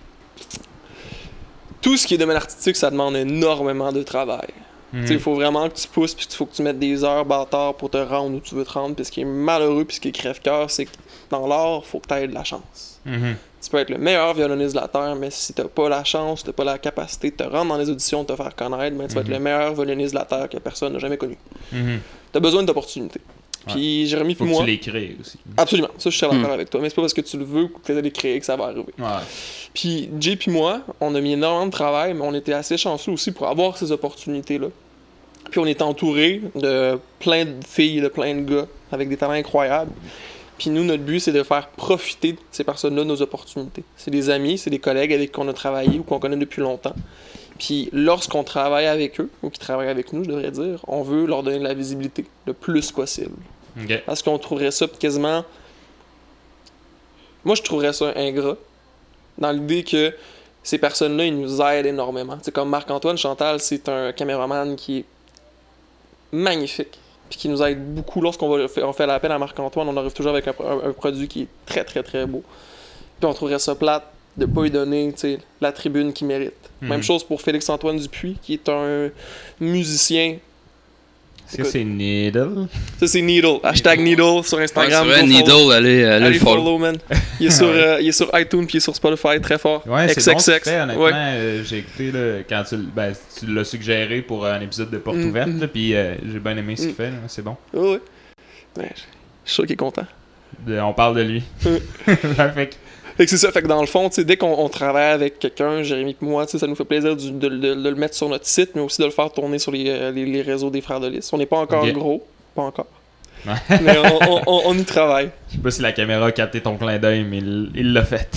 [SPEAKER 3] tout ce qui est domaine artistique, ça demande énormément de travail. Tu sais, il faut vraiment que tu pousses, puis il faut que tu mettes des heures bâtard pour te rendre où tu veux te rendre. Puis ce qui est malheureux, puis ce qui est crève-cœur, c'est que dans l'art, il faut que tu aies de la chance. Tu peux être le meilleur violoniste de la Terre, mais si t'as pas la chance, t'as pas la capacité de te rendre dans les auditions, de te faire connaître, ben tu vas être le meilleur violoniste de la Terre que personne n'a jamais connu. T'as besoin d'opportunités. Puis Jérémy puis moi...
[SPEAKER 1] Faut que tu les crées aussi.
[SPEAKER 3] Absolument, ça je suis d'accord avec toi, mais c'est pas parce que tu le veux ou que tu as les créer que ça va arriver.
[SPEAKER 1] Ouais.
[SPEAKER 3] Puis Jay puis moi, on a mis énormément de travail, mais on était assez chanceux aussi pour avoir ces opportunités-là. Puis on est entouré de plein de filles, de plein de gars, avec des talents incroyables. Puis nous, notre but, c'est de faire profiter de ces personnes-là de nos opportunités. C'est des amis, c'est des collègues avec qui on a travaillé ou qu'on connaît depuis longtemps. Puis lorsqu'on travaille avec eux, ou qu'ils travaillent avec nous, je devrais dire, on veut leur donner de la visibilité le plus possible.
[SPEAKER 1] Okay.
[SPEAKER 3] Parce qu'on trouverait ça quasiment... Moi, je trouverais ça ingrat, dans l'idée que ces personnes-là, ils nous aident énormément. Tu sais, comme Marc-Antoine Chantal, c'est un caméraman qui est magnifique, puis qui nous aide beaucoup. Lorsqu'on on fait l'appel à Marc-Antoine, on arrive toujours avec un produit qui est très, très, très beau. Puis on trouverait ça plate de ne pas lui donner la tribune qu'il mérite. Même chose pour Félix-Antoine Dupuis, qui est un musicien.
[SPEAKER 1] Est-ce que c'est Needle?
[SPEAKER 3] Ça, c'est Needle. Hashtag Needle sur Instagram.
[SPEAKER 2] Ouais, c'est vrai, Needle, allez le follow.
[SPEAKER 3] Man. Il est sur iTunes puis il est sur Spotify, très fort.
[SPEAKER 1] Ouais, c'est bon ce que tu fais, honnêtement.
[SPEAKER 3] Ouais.
[SPEAKER 1] J'ai écouté là, quand tu l'as suggéré pour un épisode de Porte Ouverte, là, puis j'ai bien aimé ce qu'il fait, là, c'est bon.
[SPEAKER 3] Oui. Ouais, je suis sûr qu'il est content.
[SPEAKER 1] On parle de lui. Fait
[SPEAKER 3] Fait que c'est ça. Fait que dans le fond, tu sais, dès qu'on travaille avec quelqu'un, Jérémy et moi, tu sais, ça nous fait plaisir de le mettre sur notre site, mais aussi de le faire tourner sur les réseaux des Frères de Lys. On n'est pas encore gros. Pas encore. Mais on y travaille.
[SPEAKER 1] Je sais pas si la caméra a capté ton clin d'œil, mais il l'a fait.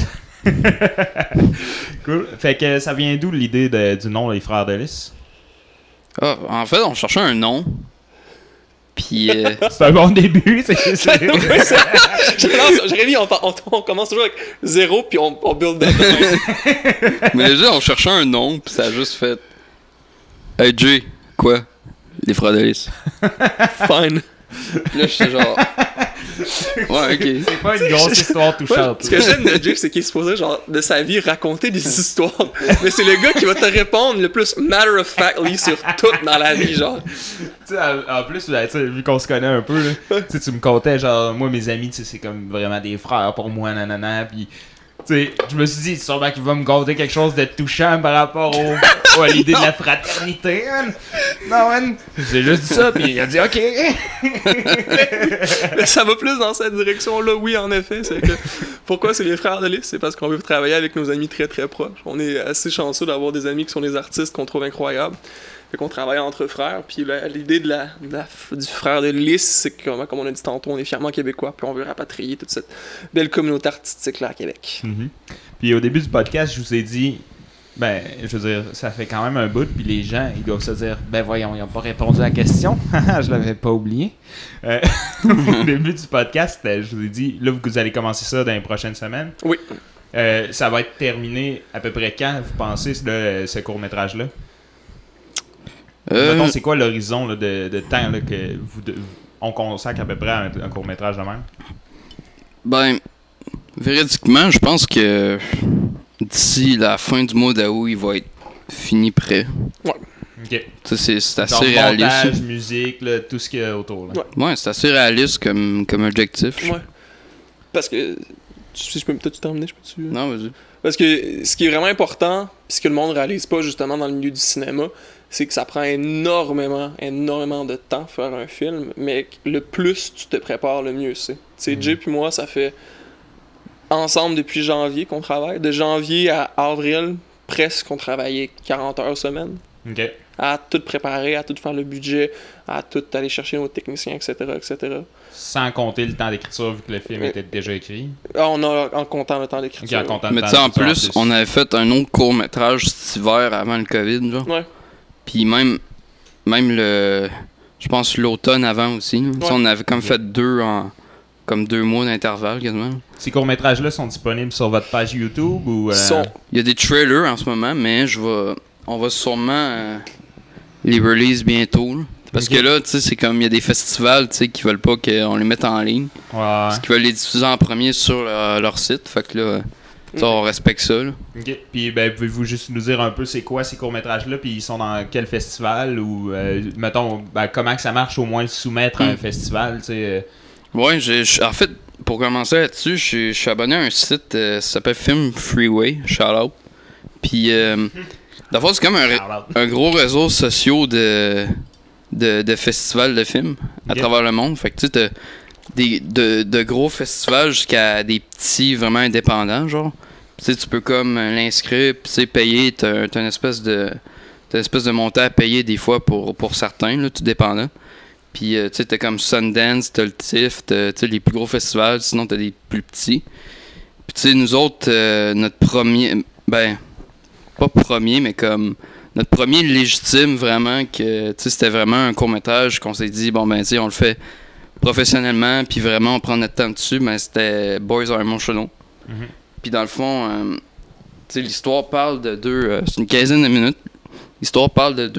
[SPEAKER 1] Cool. Fait que ça vient d'où l'idée du nom Les Frères de Lys?
[SPEAKER 2] Ah, en fait, on cherchait un nom. Puis.
[SPEAKER 1] C'est un bon début.
[SPEAKER 3] Jérémy, on commence toujours avec 0 puis on build up.
[SPEAKER 2] Mais déjà, on cherchait un nom, puis ça a juste fait. Hey Jay, quoi? Les Frères de Lys.
[SPEAKER 3] Fine.
[SPEAKER 2] Puis là, j'étais genre. Ouais, ok.
[SPEAKER 1] C'est pas une grosse histoire touchante.
[SPEAKER 3] Ce que j'aime de Jay, c'est qu'il est supposé, genre, de sa vie, raconter des histoires. Mais c'est le gars qui va te répondre le plus matter-of-factly sur tout dans la vie, genre.
[SPEAKER 1] Tu sais, en plus, vu qu'on se connaît un peu, là, tu me contais, genre, moi, mes amis, c'est comme vraiment des frères pour moi, nanana, pis... Tu sais, je me suis dit, sûrement qu'il va me conter quelque chose de touchant par rapport à l'idée de la fraternité, man. Non, man. J'ai juste dit ça, puis il a dit OK.
[SPEAKER 3] Mais ça va plus dans cette direction-là, oui, en effet. C'est que pourquoi c'est les Frères de Lys? C'est parce qu'on veut travailler avec nos amis très très proches. On est assez chanceux d'avoir des amis qui sont des artistes qu'on trouve incroyables. Fait qu'on travaille entre frères. Puis l'idée du frère de Lys, c'est que, comme on a dit tantôt, on est fièrement québécois. Puis on veut rapatrier toute cette belle communauté artistique-là à Québec.
[SPEAKER 1] Mm-hmm. Puis au début du podcast, je vous ai dit, je veux dire, ça fait quand même un bout. Puis les gens, ils doivent se dire, voyons, ils n'ont pas répondu à la question. Je l'avais pas oublié. Au début du podcast, je vous ai dit, là, vous allez commencer ça dans les prochaines semaines.
[SPEAKER 3] Oui.
[SPEAKER 1] Ça va être terminé à peu près quand, vous pensez, ce court-métrage-là? Mettons, c'est quoi l'horizon là, de temps là, que on consacre à peu près à un court-métrage de même?
[SPEAKER 2] Véridiquement, je pense que d'ici la fin du mois d'août, il va être fini prêt.
[SPEAKER 3] Ouais.
[SPEAKER 1] OK.
[SPEAKER 2] Ça, c'est assez
[SPEAKER 1] genre
[SPEAKER 2] réaliste.
[SPEAKER 1] Montage, musique, là, tout ce qu'il y a autour. Là.
[SPEAKER 2] Ouais, c'est assez réaliste comme objectif.
[SPEAKER 3] Ouais. Parce que, si je peux peut-être terminer, je peux-tu...
[SPEAKER 2] Non, vas-y.
[SPEAKER 3] Parce que ce qui est vraiment important, puis ce que le monde réalise pas justement dans le milieu du cinéma, c'est que ça prend énormément de temps faire un film, mais le plus tu te prépares, le mieux c'est. Tu sais, Jay puis moi, ça fait ensemble depuis janvier qu'on travaille. De janvier à avril, presque, on travaillait 40 heures semaine.
[SPEAKER 1] OK.
[SPEAKER 3] À tout préparer, à tout faire le budget, à tout aller chercher nos techniciens, etc., etc.
[SPEAKER 1] Sans compter le temps d'écriture, vu que le film était déjà écrit.
[SPEAKER 3] Ah, on a en comptant le temps d'écriture.
[SPEAKER 1] Okay, en comptant
[SPEAKER 2] mais tu sais, en plus, on avait fait un autre court-métrage cet hiver avant le COVID, genre.
[SPEAKER 3] Ouais.
[SPEAKER 2] Puis même le... Je pense l'automne avant aussi. Ouais. On avait comme fait 2 mois d'intervalle, quasiment.
[SPEAKER 1] Ces courts-métrages-là sont disponibles sur votre page YouTube ou...
[SPEAKER 2] Il y a des trailers en ce moment, mais on va sûrement les release bientôt. Là. Parce que là, tu sais, c'est comme il y a des festivals, tu sais, qui veulent pas qu'on les mette en ligne.
[SPEAKER 1] Ouais.
[SPEAKER 2] Parce qu'ils veulent les diffuser en premier sur leur site. Fait que là, on respecte ça. Là.
[SPEAKER 1] OK. Puis, pouvez-vous juste nous dire un peu c'est quoi ces courts-métrages-là, puis ils sont dans quel festival ou, mettons, comment que ça marche au moins le soumettre à un festival, tu sais.
[SPEAKER 2] Ouais, en fait, pour commencer là-dessus, je suis abonné à un site, ça s'appelle Film Freeway, shout out. Puis, d'abord, c'est comme un gros réseau social de festivals de films à travers le monde. Fait que tu sais, de gros festivals jusqu'à des petits vraiment indépendants, genre. Tu sais, tu peux comme l'inscrire, puis tu sais, payer, t'as une espèce de montant à payer des fois pour certains, là, tout dépendant. Puis tu sais, t'as comme Sundance, t'as le TIFF, t'as les plus gros festivals, sinon t'as des plus petits. Puis tu sais, nous autres, notre premier, pas premier, mais comme notre premier légitime vraiment, que tu sais, c'était vraiment un court-métrage qu'on s'est dit, bon ben tu sais, on le fait professionnellement, puis vraiment on prend notre temps dessus, mais c'était Boys Are Emotional. Mm-hmm. Puis dans le fond, tu sais, l'histoire parle de c'est une quinzaine de minutes. L'histoire parle de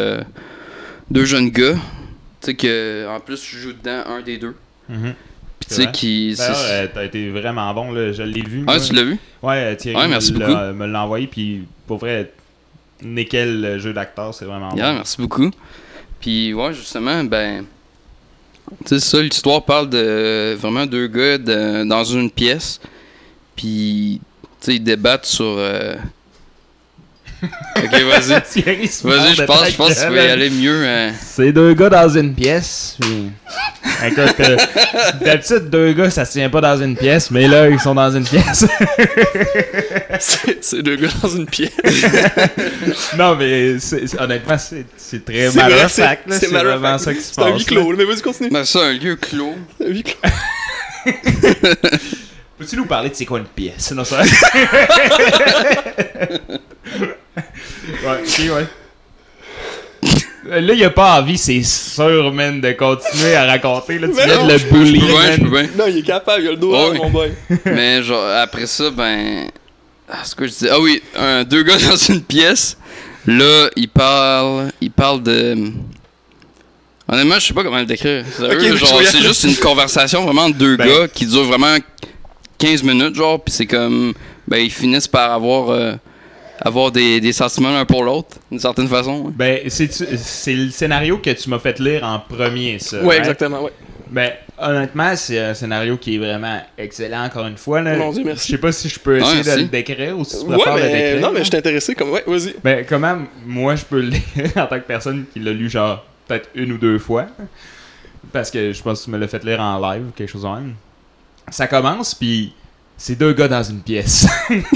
[SPEAKER 2] deux jeunes gars, tu sais, que en plus je joue dedans un des deux.
[SPEAKER 1] Mm-hmm.
[SPEAKER 2] Puis tu sais, qui.
[SPEAKER 1] D'ailleurs, t'as été vraiment bon, là, je l'ai vu.
[SPEAKER 2] Ah, tu l'as vu?
[SPEAKER 1] Ouais, Thierry
[SPEAKER 2] me
[SPEAKER 1] l'a envoyé, puis pour vrai, nickel jeu d'acteur, c'est vraiment bon.
[SPEAKER 2] Merci beaucoup. Puis ouais, justement, tu sais, ça, l'histoire parle de vraiment 2 gars dans une pièce, puis tu sais, ils débattent sur Ok, vas-y.
[SPEAKER 1] Thierry se
[SPEAKER 2] Vas-y,
[SPEAKER 1] mord
[SPEAKER 2] je
[SPEAKER 1] de
[SPEAKER 2] pense
[SPEAKER 1] ta
[SPEAKER 2] que tu vas y
[SPEAKER 1] gueule.
[SPEAKER 2] aller mieux.
[SPEAKER 1] C'est deux gars dans une pièce. Puis... Écoute, d'habitude, deux gars, ça se tient pas dans une pièce, mais là, ils sont dans une pièce.
[SPEAKER 3] C'est deux gars dans une pièce.
[SPEAKER 1] Non, mais honnêtement, c'est très
[SPEAKER 3] C'est
[SPEAKER 1] matter
[SPEAKER 3] vrai,
[SPEAKER 1] of fact. là.
[SPEAKER 3] c'est
[SPEAKER 1] C'est
[SPEAKER 3] matter of
[SPEAKER 1] vraiment
[SPEAKER 3] fact.
[SPEAKER 1] ça qui se
[SPEAKER 3] C'est un
[SPEAKER 1] passe.
[SPEAKER 3] huis clos, mais vas-y, continue.
[SPEAKER 2] Ben, ça, un lieu clos.
[SPEAKER 3] Un huis clos.
[SPEAKER 1] Peux-tu nous parler de c'est quoi une pièce? Non, ça... ouais, ok, ouais. Là, il a pas envie, c'est sûr, man, de continuer à raconter. Là, tu
[SPEAKER 3] Mais
[SPEAKER 1] viens
[SPEAKER 3] non,
[SPEAKER 1] de le
[SPEAKER 3] je peux
[SPEAKER 1] bully,
[SPEAKER 2] Je peux bien, je peux
[SPEAKER 1] man.
[SPEAKER 2] bien.
[SPEAKER 3] Non, il est capable, il a le doigt,
[SPEAKER 2] Ouais.
[SPEAKER 3] mon boy.
[SPEAKER 2] Mais genre, après ça, ben. Ce que je disais. Ah oui, deux gars dans une pièce. Là, ils parlent de. Honnêtement, je sais pas comment le décrire. Sérieux,
[SPEAKER 3] Ok,
[SPEAKER 2] genre,
[SPEAKER 3] je regarde.
[SPEAKER 2] c'est juste une conversation vraiment de deux
[SPEAKER 1] Ben.
[SPEAKER 2] gars qui dure vraiment 15 minutes, genre, pis c'est comme. Ben, ils finissent par avoir des sentiments l'un pour l'autre, d'une certaine façon. hein.
[SPEAKER 1] Ben, c'est le scénario que tu m'as fait lire en premier, ça.
[SPEAKER 3] Ouais,
[SPEAKER 1] right?
[SPEAKER 3] exactement, ouais.
[SPEAKER 1] Ben, honnêtement, c'est un scénario qui est vraiment excellent, encore une fois. Là.
[SPEAKER 3] Mon Dieu, merci.
[SPEAKER 1] Je sais pas si je peux essayer
[SPEAKER 2] Ouais,
[SPEAKER 1] de
[SPEAKER 2] si.
[SPEAKER 1] le décrire ou si tu
[SPEAKER 3] Ouais,
[SPEAKER 1] préfères le
[SPEAKER 3] mais
[SPEAKER 1] décrire.
[SPEAKER 3] non, mais je suis intéressé comme. Ouais, vas-y.
[SPEAKER 1] Ben, comment moi je peux le lire en tant que personne qui l'a lu genre peut-être une ou deux fois? Parce que je pense que tu me l'as fait lire en live ou quelque chose de même. Ça commence, puis c'est deux gars dans une pièce.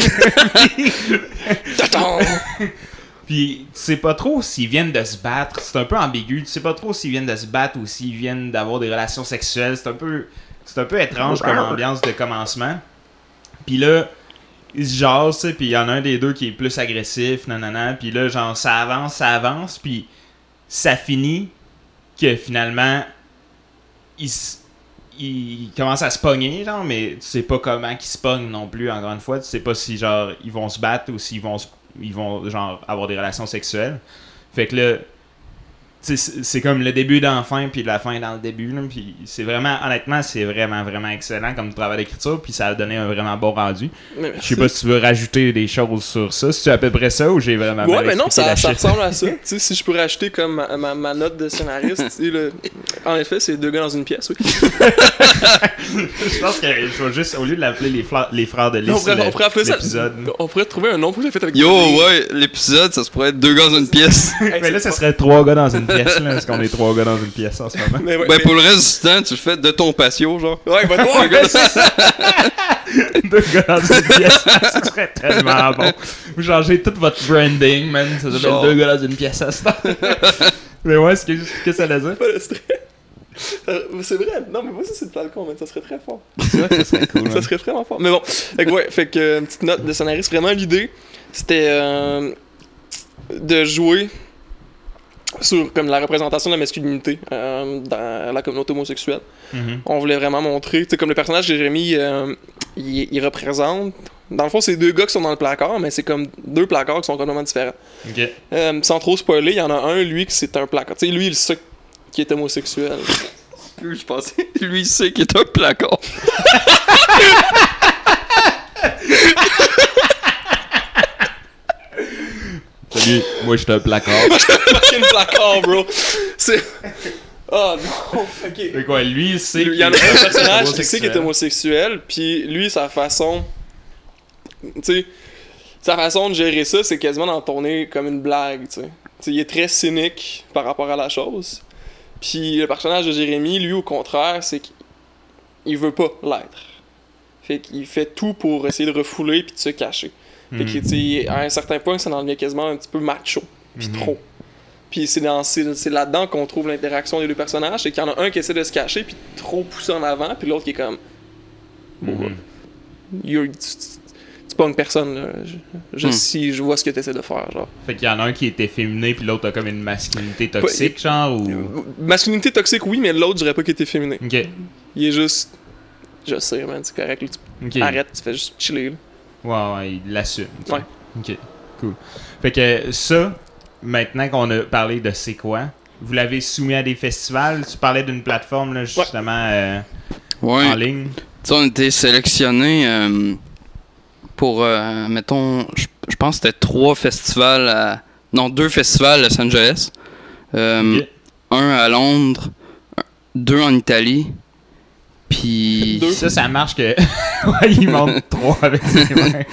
[SPEAKER 3] T'attends!
[SPEAKER 1] Puis tu sais pas trop s'ils viennent de se battre. C'est un peu ambigu. Tu sais pas trop s'ils viennent de se battre ou s'ils viennent d'avoir des relations sexuelles. C'est un peu étrange comme ambiance de commencement. Puis là, ils se jasent, tu sais, puis il y en a un des deux qui est plus agressif, nanana. Puis là, genre, ça avance, puis ça finit que finalement, ils commencent à se pogner, genre, mais tu sais pas comment qu'ils se pognent non plus, encore une fois. Tu sais pas si, genre, ils vont se battre ou s'ils vont genre, avoir des relations sexuelles. Fait que là, tu sais, c'est comme le début dans la fin, puis la fin dans le début. Là, puis c'est vraiment, honnêtement, c'est vraiment, vraiment excellent comme travail d'écriture, puis ça a donné un vraiment bon rendu. Je sais pas si tu veux rajouter des choses sur ça. Si tu à peu près ça ou j'ai vraiment
[SPEAKER 3] Ouais,
[SPEAKER 1] mal
[SPEAKER 3] mais non,
[SPEAKER 1] expliqué la
[SPEAKER 3] ça
[SPEAKER 1] shit?
[SPEAKER 3] ressemble à ça. Tu sais, si je peux rajouter comme ma note de scénariste, tu sais, là, en effet, c'est deux gars dans une pièce, oui.
[SPEAKER 1] Je pense que je vais juste, au lieu de l'appeler les frères de Lys,
[SPEAKER 3] On pourrait appeler ça.
[SPEAKER 1] l'épisode.
[SPEAKER 3] On pourrait trouver un nom pour le fait avec
[SPEAKER 2] Yo, ouais, l'épisode, ça se pourrait être deux gars dans une pièce.
[SPEAKER 1] Mais là, ça serait trois gars dans une pièce, là, parce qu'on est trois gars dans une pièce en ce moment.
[SPEAKER 3] Mais ouais,
[SPEAKER 2] Ben,
[SPEAKER 3] mais-
[SPEAKER 2] pour le reste du temps, tu le fais de ton patio, genre.
[SPEAKER 3] Ouais, bah toi,
[SPEAKER 1] Ouais, c'est ça. Deux gars dans une pièce, ça serait tellement bon. Vous changez tout votre branding, man. Ça s'appelle
[SPEAKER 2] Genre.
[SPEAKER 1] deux gars dans une pièce à ce temps. Mais ouais, ce que ça veut dire?
[SPEAKER 3] pas le stress. C'est vrai, non mais moi aussi c'est le Falcon, mais ça serait très fort.
[SPEAKER 1] C'est vrai que ça serait cool.
[SPEAKER 3] Ça serait vraiment fort. Mais bon, fait que une petite note de scénariste, vraiment l'idée, c'était de jouer sur comme la représentation de la masculinité dans la communauté homosexuelle.
[SPEAKER 1] Mhm.
[SPEAKER 3] On voulait vraiment montrer, tu sais, comme le personnage que Jérémy, il représente. Dans le fond, c'est deux gars qui sont dans le placard, mais c'est comme deux placards qui sont complètement différents.
[SPEAKER 1] Ok.
[SPEAKER 3] Sans trop spoiler, il y en a un, lui, que c'est un placard. Tu sais, lui, il sait qu'il est homosexuel.
[SPEAKER 2] Lui, je pensais, lui, il sait qu'il est un placard.
[SPEAKER 1] Salut, moi je suis un placard.
[SPEAKER 3] Fucking placard, bro! C'est. Oh non! Ok.
[SPEAKER 1] Fait quoi, lui, il sait
[SPEAKER 3] Il y en a un personnage qui sait qu'il est
[SPEAKER 1] homosexuel.
[SPEAKER 3] homosexuel, puis lui, sa façon. Tu sais, sa façon de gérer ça, c'est quasiment d'en tourner comme une blague, tu sais. Tu sais, il est très cynique par rapport à la chose. Puis le personnage de Jérémy, lui, au contraire, c'est qu'il veut pas l'être. Fait qu'il fait tout pour essayer de refouler puis de se cacher. Fait que, tu sais, à un certain point, ça en devient quasiment un petit peu macho, puis trop. Puis c'est là-dedans qu'on trouve l'interaction des deux personnages, c'est qu'il y en a un qui essaie de se cacher, puis trop pousser en avant, puis l'autre qui est comme... Tu pognes personne, là. Je vois ce que tu essaies de faire, genre.
[SPEAKER 1] Fait qu'il y en a un qui est efféminé, puis l'autre a comme une masculinité toxique, genre, ou...
[SPEAKER 3] Masculinité toxique, oui, mais l'autre, je dirais pas qu'il est efféminé.
[SPEAKER 1] Ok.
[SPEAKER 3] Il est juste... Je sais, man, c'est correct, là,
[SPEAKER 1] Ok.
[SPEAKER 3] arrête, tu fais juste chiller, là.
[SPEAKER 1] Ouais, il l'assume. tu sais.
[SPEAKER 3] Ouais.
[SPEAKER 1] Ok, cool. Fait que ça, maintenant qu'on a parlé de c'est quoi, vous l'avez soumis à des festivals. Tu parlais d'une plateforme, là, justement,
[SPEAKER 2] Ouais.
[SPEAKER 1] en ligne.
[SPEAKER 2] Tu sais, on était sélectionnés pour, mettons, je pense que c'était 3 festivals non, 2 festivals à Los Angeles.
[SPEAKER 1] Ok.
[SPEAKER 2] Un à Londres, 2 en Italie. Puis.
[SPEAKER 3] Deux.
[SPEAKER 1] Ça marche que... ouais, il monte 3 avec ses mains.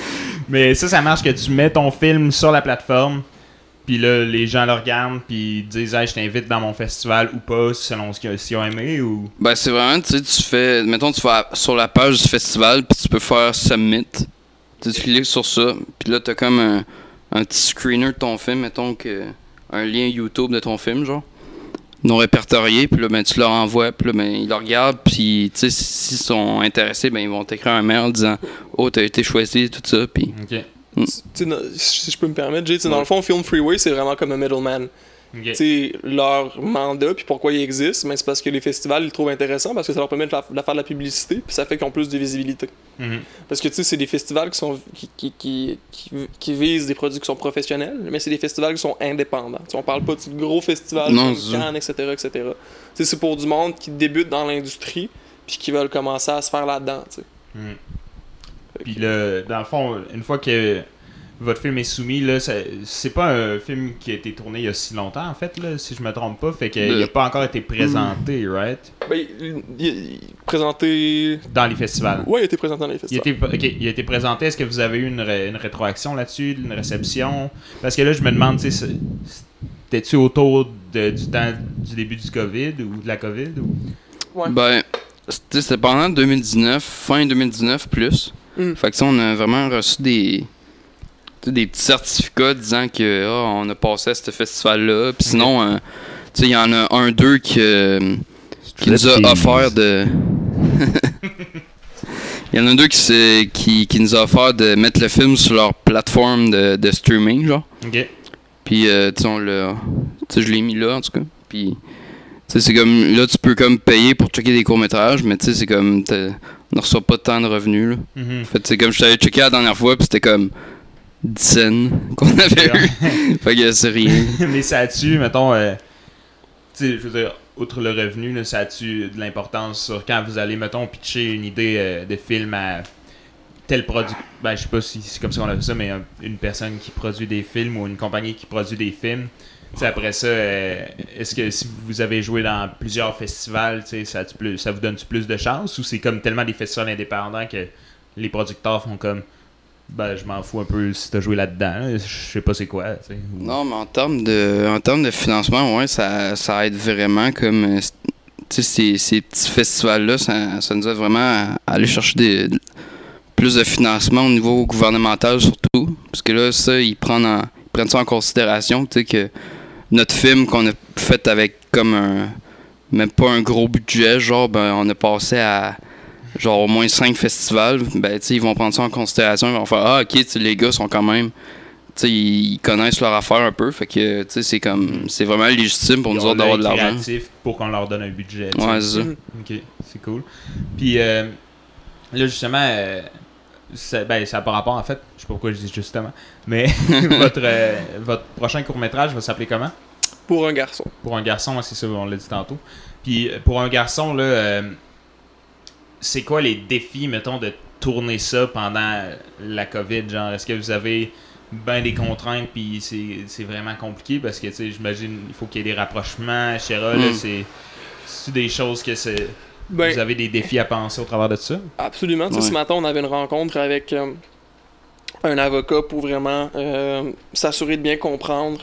[SPEAKER 1] Mais ça marche que tu mets ton film sur la plateforme, puis là, les gens le regardent, puis ils disent hey, je t'invite dans mon festival ou pas, selon s'ils ont aimé ou.
[SPEAKER 2] Ben, c'est vraiment, tu sais, tu fais. Mettons, tu vas sur la page du festival, puis tu peux faire Submit. Tu cliques sur ça, puis là, t'as comme un petit screener de ton film, mettons que. Un lien YouTube de ton film, genre. Non répertorié, puis là, ben, tu leur envoies, puis là, ben, ils le regardent, puis, tu sais, s'ils sont intéressés, ben, ils vont t'écrire un mail en disant oh, t'as été choisi, tout ça, puis.
[SPEAKER 1] Ok.
[SPEAKER 3] Si je peux me permettre, Jay, dans le fond, Film Freeway, c'est vraiment comme un middleman.
[SPEAKER 1] Ok.
[SPEAKER 3] Leur mandat, puis pourquoi ils existent, mais c'est parce que les festivals ils le trouvent intéressant, parce que ça leur permet de faire de la publicité, puis ça fait qu'ils ont plus de visibilité.
[SPEAKER 1] Mhm.
[SPEAKER 3] Parce que c'est des festivals qui visent des produits qui sont professionnels, mais c'est des festivals qui sont indépendants. T'sais, on parle pas de gros festivals comme Cannes, etc. C'est pour du monde qui débute dans l'industrie, puis qui veulent commencer à se faire là-dedans.
[SPEAKER 1] Mhm. Puis là, dans le fond, une fois que votre film est soumis, là, c'est pas un film qui a été tourné il y a si longtemps, en fait, là, si je me trompe pas. Fait qu'il n'a pas encore été présenté, right?
[SPEAKER 3] Ben, il présenté...
[SPEAKER 1] Dans les festivals.
[SPEAKER 3] Ouais, il a été présenté dans les festivals.
[SPEAKER 1] Il a été présenté. Est-ce que vous avez eu une rétroaction là-dessus, une réception? Parce que là, je me demande, tu sais, t'es-tu autour du temps du début du COVID ou de la COVID? Ou...
[SPEAKER 3] Ouais.
[SPEAKER 2] Ben, c'était pendant 2019, fin 2019 plus. Fait que ça, on a vraiment reçu des petits certificats disant que on a passé à ce festival-là. Puis sinon, il y en a deux qui nous a offert de... Il y en a deux qui nous a offert de mettre le film sur leur plateforme de streaming, genre.
[SPEAKER 1] OK.
[SPEAKER 2] Puis, je l'ai mis là, en tout cas. Puis, c'est comme... Là, tu peux comme payer pour checker des courts-métrages, mais tu sais, c'est comme... On ne reçoit pas tant de revenus, là.
[SPEAKER 1] Mm-hmm.
[SPEAKER 2] En fait, c'est comme je t'avais checké la dernière fois, puis c'était comme 10 cents qu'on avait eu. Fait que c'est rien.
[SPEAKER 1] Mais ça a-tu, mettons, tu sais, je veux dire, outre le revenu, là, ça a-tu de l'importance sur quand vous allez, mettons, pitcher une idée de film à tel produit, ben je sais pas si c'est comme ça qu'on a fait ça, mais une personne qui produit des films ou une compagnie qui produit des films, t'sais, après ça, est-ce que si vous avez joué dans plusieurs festivals, ça vous donne-tu plus de chance ou c'est comme tellement des festivals indépendants que les producteurs font comme ben je m'en fous un peu si t'as joué là-dedans, je sais pas c'est quoi. Ou...
[SPEAKER 2] Non, mais en termes de financement, ouais, ça aide vraiment comme ces petits festivals-là, ça nous aide vraiment à aller chercher plus de financement au niveau gouvernemental surtout. Parce que là, ça, ils prennent ça en considération, tu sais, que notre film qu'on a fait avec comme même pas un gros budget, genre, ben, on a passé à genre au moins 5 festivals, ben, tu sais, ils vont prendre ça en considération, ils vont faire, ah, ok, les gars sont quand même, tu sais, ils connaissent leur affaire un peu, fait que, tu sais, c'est vraiment légitime pour nous autres d'avoir de l'argent.
[SPEAKER 1] Créatif pour qu'on leur donne un budget.
[SPEAKER 2] Ouais, c'est ça.
[SPEAKER 1] Ok, c'est cool. Puis, là, justement, ça n'a pas rapport, en fait, je sais pas pourquoi je dis justement, mais votre prochain court-métrage va s'appeler comment?
[SPEAKER 3] Pour un garçon.
[SPEAKER 1] Pour un garçon, c'est ça, on l'a dit tantôt. Puis, pour un garçon, là, c'est quoi les défis, mettons, de tourner ça pendant la COVID? Genre, est-ce que vous avez ben des contraintes puis c'est vraiment compliqué? Parce que, tu sais, j'imagine il faut qu'il y ait des rapprochements, etc. Là, c'est des choses que c'est...
[SPEAKER 3] Ben,
[SPEAKER 1] vous avez des défis à penser au travers de ça?
[SPEAKER 3] Absolument. Ouais. Ce matin, on avait une rencontre avec un avocat pour vraiment s'assurer de bien comprendre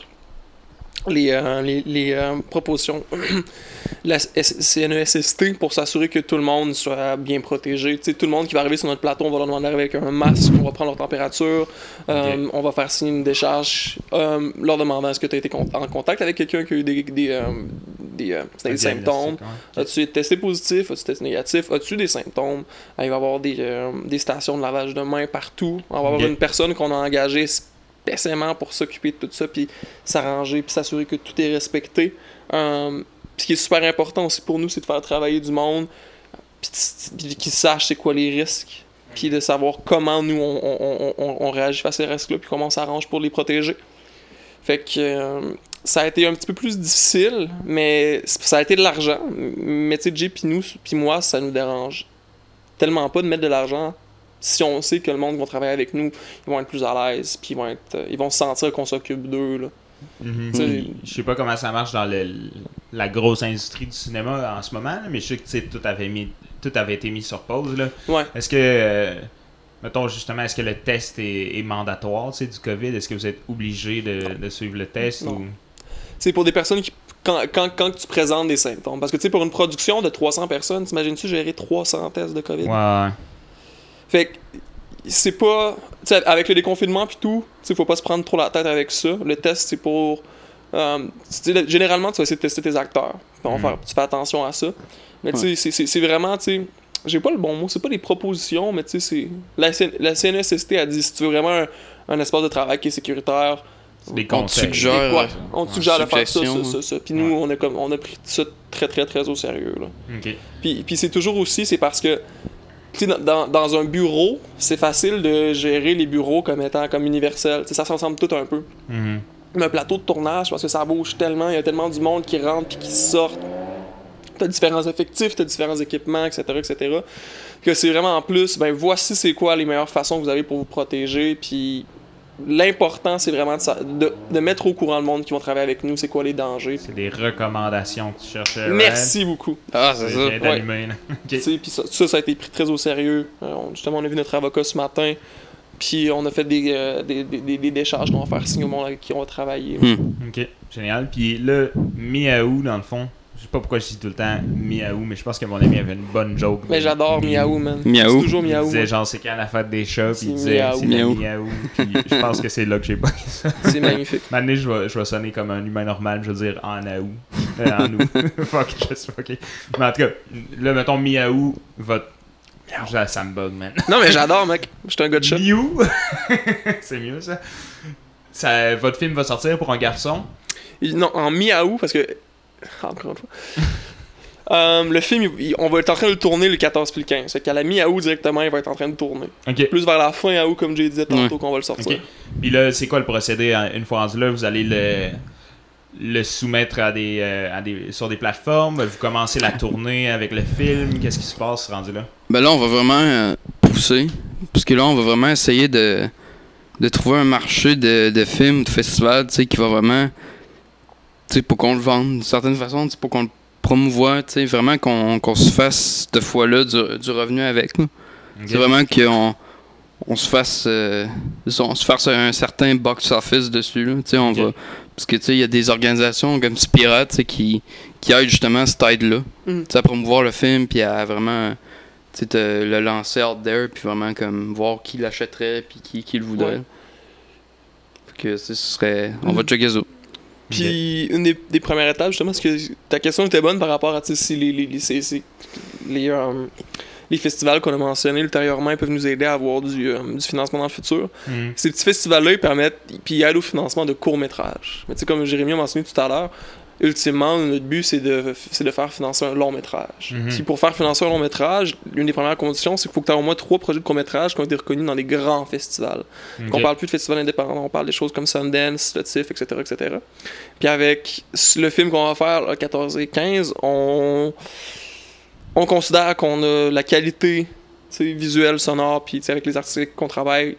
[SPEAKER 3] les propositions la CNESST pour s'assurer que tout le monde soit bien protégé. T'sais, tout le monde qui va arriver sur notre plateau, on va leur demander avec un masque, on va prendre leur température, on va faire signer une décharge leur demandant est-ce que tu as été en contact avec quelqu'un qui a eu des symptômes. As-tu été testé positif? As-tu été négatif? As-tu des symptômes? Il va y avoir des stations de lavage de mains partout. On va avoir une personne qu'on a engagée spécialement pour s'occuper de tout ça, puis s'arranger, puis s'assurer que tout est respecté. Ce qui est super important aussi pour nous, c'est de faire travailler du monde, puis qu'ils sachent c'est quoi les risques, puis de savoir comment nous on réagit face à ces risques-là, puis comment on s'arrange pour les protéger. Fait que ça a été un petit peu plus difficile, mais ça a été de l'argent. Mais tu sais, Jay puis moi, ça nous dérange tellement pas de mettre de l'argent. Si on sait que le monde qui va travailler avec nous, ils vont être plus à l'aise, puis ils vont se sentir qu'on s'occupe d'eux, là.
[SPEAKER 1] Mm-hmm. Je sais pas comment ça marche dans la grosse industrie du cinéma en ce moment, là, mais je sais que tout avait été mis sur pause. Là.
[SPEAKER 3] Ouais.
[SPEAKER 1] Est-ce que mettons justement, est-ce que le test est mandatoire, tu sais, du COVID? Est-ce que vous êtes obligé de suivre le test?
[SPEAKER 3] Non.
[SPEAKER 1] Ou...
[SPEAKER 3] C'est pour des personnes qui, quand tu présentes des symptômes. Parce que, tu sais, pour une production de 300 personnes, t'imagines-tu gérer 300 tests de COVID?
[SPEAKER 1] Ouais.
[SPEAKER 3] Fait que, c'est pas... Tu sais, avec le déconfinement pis tout, tu sais, faut pas se prendre trop la tête avec ça. Le test, c'est pour... généralement, tu vas essayer de tester tes acteurs. Tu fais attention à ça. Mais tu sais, c'est vraiment, tu sais... J'ai pas le bon mot, c'est pas des propositions, mais tu sais, c'est... La CNESST a dit, si tu veux vraiment un espace de travail qui est sécuritaire...
[SPEAKER 1] Des
[SPEAKER 2] On te
[SPEAKER 1] conseils.
[SPEAKER 2] suggère,
[SPEAKER 3] on te suggère de faire ça. Puis nous,
[SPEAKER 1] Ouais.
[SPEAKER 3] on a pris ça très, très, très au sérieux, là.
[SPEAKER 1] OK.
[SPEAKER 3] Puis c'est toujours aussi, c'est parce que, tu sais, dans un bureau, c'est facile de gérer les bureaux comme étant comme universels. Tu sais, ça se ressemble tout un peu.
[SPEAKER 1] Mhm.
[SPEAKER 3] Mais un plateau de tournage, parce que ça bouge tellement, il y a tellement du monde qui rentre puis qui sort. T'as différents effectifs, t'as différents équipements, etc., que c'est vraiment en plus, ben voici c'est quoi les meilleures façons que vous avez pour vous protéger, puis l'important c'est vraiment de mettre au courant le monde qui vont travailler avec nous, c'est quoi les dangers.
[SPEAKER 1] C'est des recommandations que tu cherchais.
[SPEAKER 3] Merci beaucoup.
[SPEAKER 2] Ah, c'est ça.
[SPEAKER 1] J'ai d'allumer, là. OK.
[SPEAKER 3] Tu sais, puis ça a été pris très au sérieux. Justement, on a vu notre avocat ce matin, puis on a fait des décharges qu'on va faire signer au monde avec qui on va travailler.
[SPEAKER 1] OK, génial. Puis là, Miaou, dans le fond, je sais pas pourquoi je dis tout le temps Miaou, mais je pense que mon ami avait une bonne joke.
[SPEAKER 3] Mais j'adore Miaou, man.
[SPEAKER 2] Miaou.
[SPEAKER 3] C'est toujours
[SPEAKER 1] Il
[SPEAKER 3] Miaou.
[SPEAKER 1] disait genre, c'est quand la fête des chats, puis
[SPEAKER 3] C'est
[SPEAKER 1] il disait,
[SPEAKER 3] Miaou.
[SPEAKER 1] c'est
[SPEAKER 2] Miaou.
[SPEAKER 1] Miaou. Puis je pense que c'est là que j'ai pas ça.
[SPEAKER 3] C'est magnifique.
[SPEAKER 1] Maintenant, je vais sonner comme un humain normal, je veux dire en aou. En ou. Fuck, je sais pas, ok. Mais en tout cas, là, mettons Miaou, votre. Ça me bug, man.
[SPEAKER 3] Non, mais j'adore, mec. J'étais un gars de chat.
[SPEAKER 1] Miaou! C'est mieux, ça. Votre film va sortir pour un garçon.
[SPEAKER 3] Non, en Miaou, parce que. Encore une fois. Le film, on va être en train de le tourner le 14 puis le 15. Fait qu'à la mi-août directement, il va être en train de tourner.
[SPEAKER 1] Ok.
[SPEAKER 3] Plus vers la fin août, comme j'ai dit tantôt,
[SPEAKER 2] Ouais.
[SPEAKER 3] qu'on va le sortir.
[SPEAKER 1] Ok. Puis là, c'est quoi le procédé une fois rendu là? Vous allez le soumettre sur des plateformes? Vous commencez la tournée avec le film? Qu'est-ce qui se passe rendu là?
[SPEAKER 2] Ben là, on va vraiment pousser. Parce que là, on va vraiment essayer de trouver un marché de films, de festivals, tu sais, qui va vraiment. Tu sais, pour qu'on le vende d'une certaine façon, tu sais, pour qu'on le promouvoie, tu sais, vraiment qu'on se fasse cette fois-là du revenu avec. Là.
[SPEAKER 1] Ok.
[SPEAKER 2] C'est vraiment on se fasse un certain box-office dessus. Là. Tu sais, on
[SPEAKER 1] Ok.
[SPEAKER 2] va. Parce que tu sais, il y a des organisations comme Spira, tu sais, qui aident justement cette aide-là.
[SPEAKER 3] Mm.
[SPEAKER 2] Tu sais, à promouvoir le film, puis à vraiment. Tu sais, te le lancer out there, puis vraiment comme voir qui l'achèterait, puis qui le voudrait.
[SPEAKER 3] Ouais.
[SPEAKER 2] Fait que ce serait. On va checker ça.
[SPEAKER 3] Puis une des premières étapes, justement, parce que ta question était bonne par rapport à tu sais, si les festivals qu'on a mentionnés ultérieurement ils peuvent nous aider à avoir du financement dans le futur.
[SPEAKER 1] Mhm.
[SPEAKER 3] Ces petits festivals-là, ils permettent, puis ils aident au financement de courts-métrages. Mais tu sais, comme Jérémy a mentionné tout à l'heure, ultimement, notre but, c'est de faire financer un long-métrage.
[SPEAKER 1] Mhm.
[SPEAKER 3] Puis pour faire financer un long-métrage, l'une des premières conditions, c'est qu'il faut que tu aies au moins 3 projets de court-métrage qui ont été reconnus dans des grands festivals.
[SPEAKER 1] Ok.
[SPEAKER 3] On parle plus de festivals indépendants, on parle des choses comme Sundance, le TIFF, etc., etc. Puis avec le film qu'on va faire, là, 14 et 15, on considère qu'on a la qualité tu sais, visuelle, sonore, puis tu sais, avec les artistes qu'on travaille,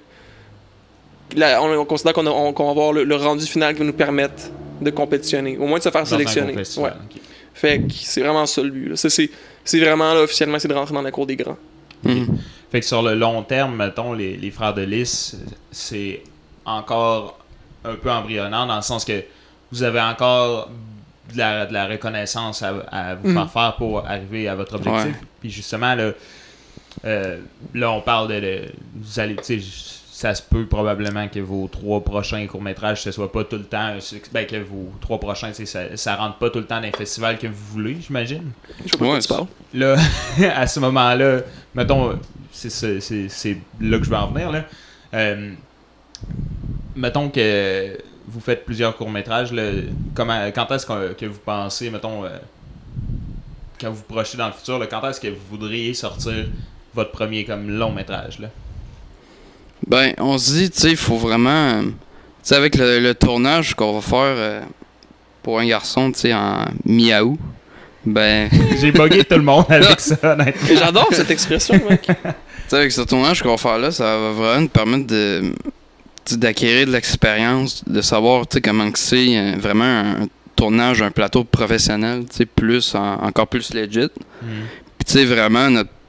[SPEAKER 3] on considère qu'on va avoir le rendu final qui va nous permettre de compétitionner, au moins de se faire
[SPEAKER 1] Dans un
[SPEAKER 3] sélectionner.
[SPEAKER 1] gros festival,
[SPEAKER 3] Ouais.
[SPEAKER 1] ok.
[SPEAKER 3] Fait que c'est vraiment ça le but. Là. C'est vraiment, là, officiellement, c'est de rentrer dans la cour des grands.
[SPEAKER 2] Mhm.
[SPEAKER 1] Fait que sur le long terme, mettons, les Frères de Lys, c'est encore un peu embryonnant dans le sens que vous avez encore de la reconnaissance à vous
[SPEAKER 3] Mhm.
[SPEAKER 1] faire pour arriver à votre objectif.
[SPEAKER 2] Ouais.
[SPEAKER 1] Puis justement, là, on parle vous allez, tu sais, ça se peut probablement que vos 3 prochains courts-métrages, ce soit pas tout le temps, que vos 3 prochains, tu sais, ça rentre pas tout le temps dans les festivals que vous voulez, j'imagine.
[SPEAKER 3] Je sais pas de quoi tu parles.
[SPEAKER 1] Là, à ce moment-là, mettons, c'est là que je vais en venir, là. Mettons que vous faites plusieurs courts-métrages, là, quand est-ce que vous pensez, mettons, quand vous vous projetez dans le futur, là, quand est-ce que vous voudriez sortir votre premier comme long-métrage, là?
[SPEAKER 2] Ben, on se dit, tu sais, il faut vraiment. Tu sais, avec le tournage qu'on va faire pour un garçon, tu sais, en mi-août, ben.
[SPEAKER 1] J'ai bugué tout le monde avec ça, honnêtement.
[SPEAKER 3] Et j'adore cette expression, mec.
[SPEAKER 2] Tu sais, avec ce tournage qu'on va faire là, ça va vraiment nous permettre d'acquérir de l'expérience, de savoir, tu sais, comment que c'est vraiment un tournage, un plateau professionnel, tu sais, encore plus legit.
[SPEAKER 1] Mhm.
[SPEAKER 2] Puis, tu sais, vraiment,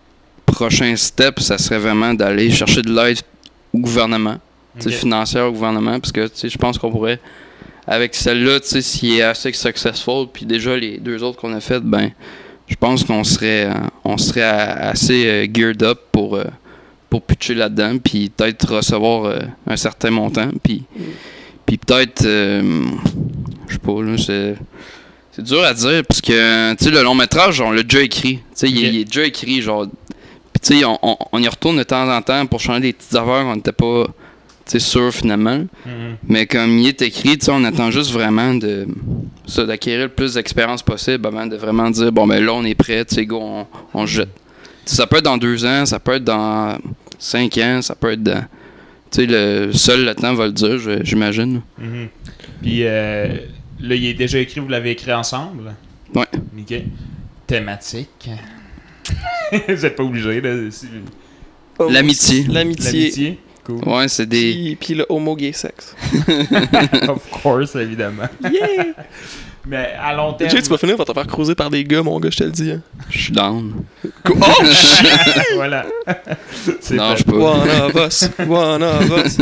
[SPEAKER 2] prochain step, ça serait vraiment d'aller chercher de l'aide au gouvernement, financière au gouvernement, parce que je pense qu'on pourrait, avec celle-là, s'il est assez successful, puis déjà les 2 autres qu'on a faites, ben, je pense qu'on serait assez geared up pour pitcher là-dedans, puis peut-être recevoir un certain montant, puis peut-être, je sais pas, là, c'est dur à dire, parce que, le long-métrage, on l'a déjà écrit, il est déjà écrit, genre, puis on y retourne de temps en temps pour changer des petites affaires qu'on n'était pas, sûr, finalement, mais comme il est écrit, on attend juste vraiment d'acquérir le plus d'expérience possible avant de vraiment dire, bon, ben là, on est prêt, go, on jette. Ça peut être dans 2 ans, ça peut être dans 5 ans, ça peut être dans... le temps va le dire, j'imagine.
[SPEAKER 1] Puis là, il est déjà écrit, vous l'avez écrit ensemble?
[SPEAKER 2] Ouais.
[SPEAKER 1] OK. Thématique? Vous n'êtes pas obligé, là.
[SPEAKER 2] L'amitié.
[SPEAKER 1] L'amitié? Cool.
[SPEAKER 2] Ouais, c'est des...
[SPEAKER 3] Puis le homo-gay sexe.
[SPEAKER 1] Of course, évidemment.
[SPEAKER 3] Yeah!
[SPEAKER 1] Mais à long terme...
[SPEAKER 3] Jay, tu vas finir par te faire cruiser par des gars, mon gars, je te le dis. Hein.
[SPEAKER 2] Je suis down.
[SPEAKER 3] Oh, shit!
[SPEAKER 1] Voilà.
[SPEAKER 2] Non, je peux pas.
[SPEAKER 3] One of us.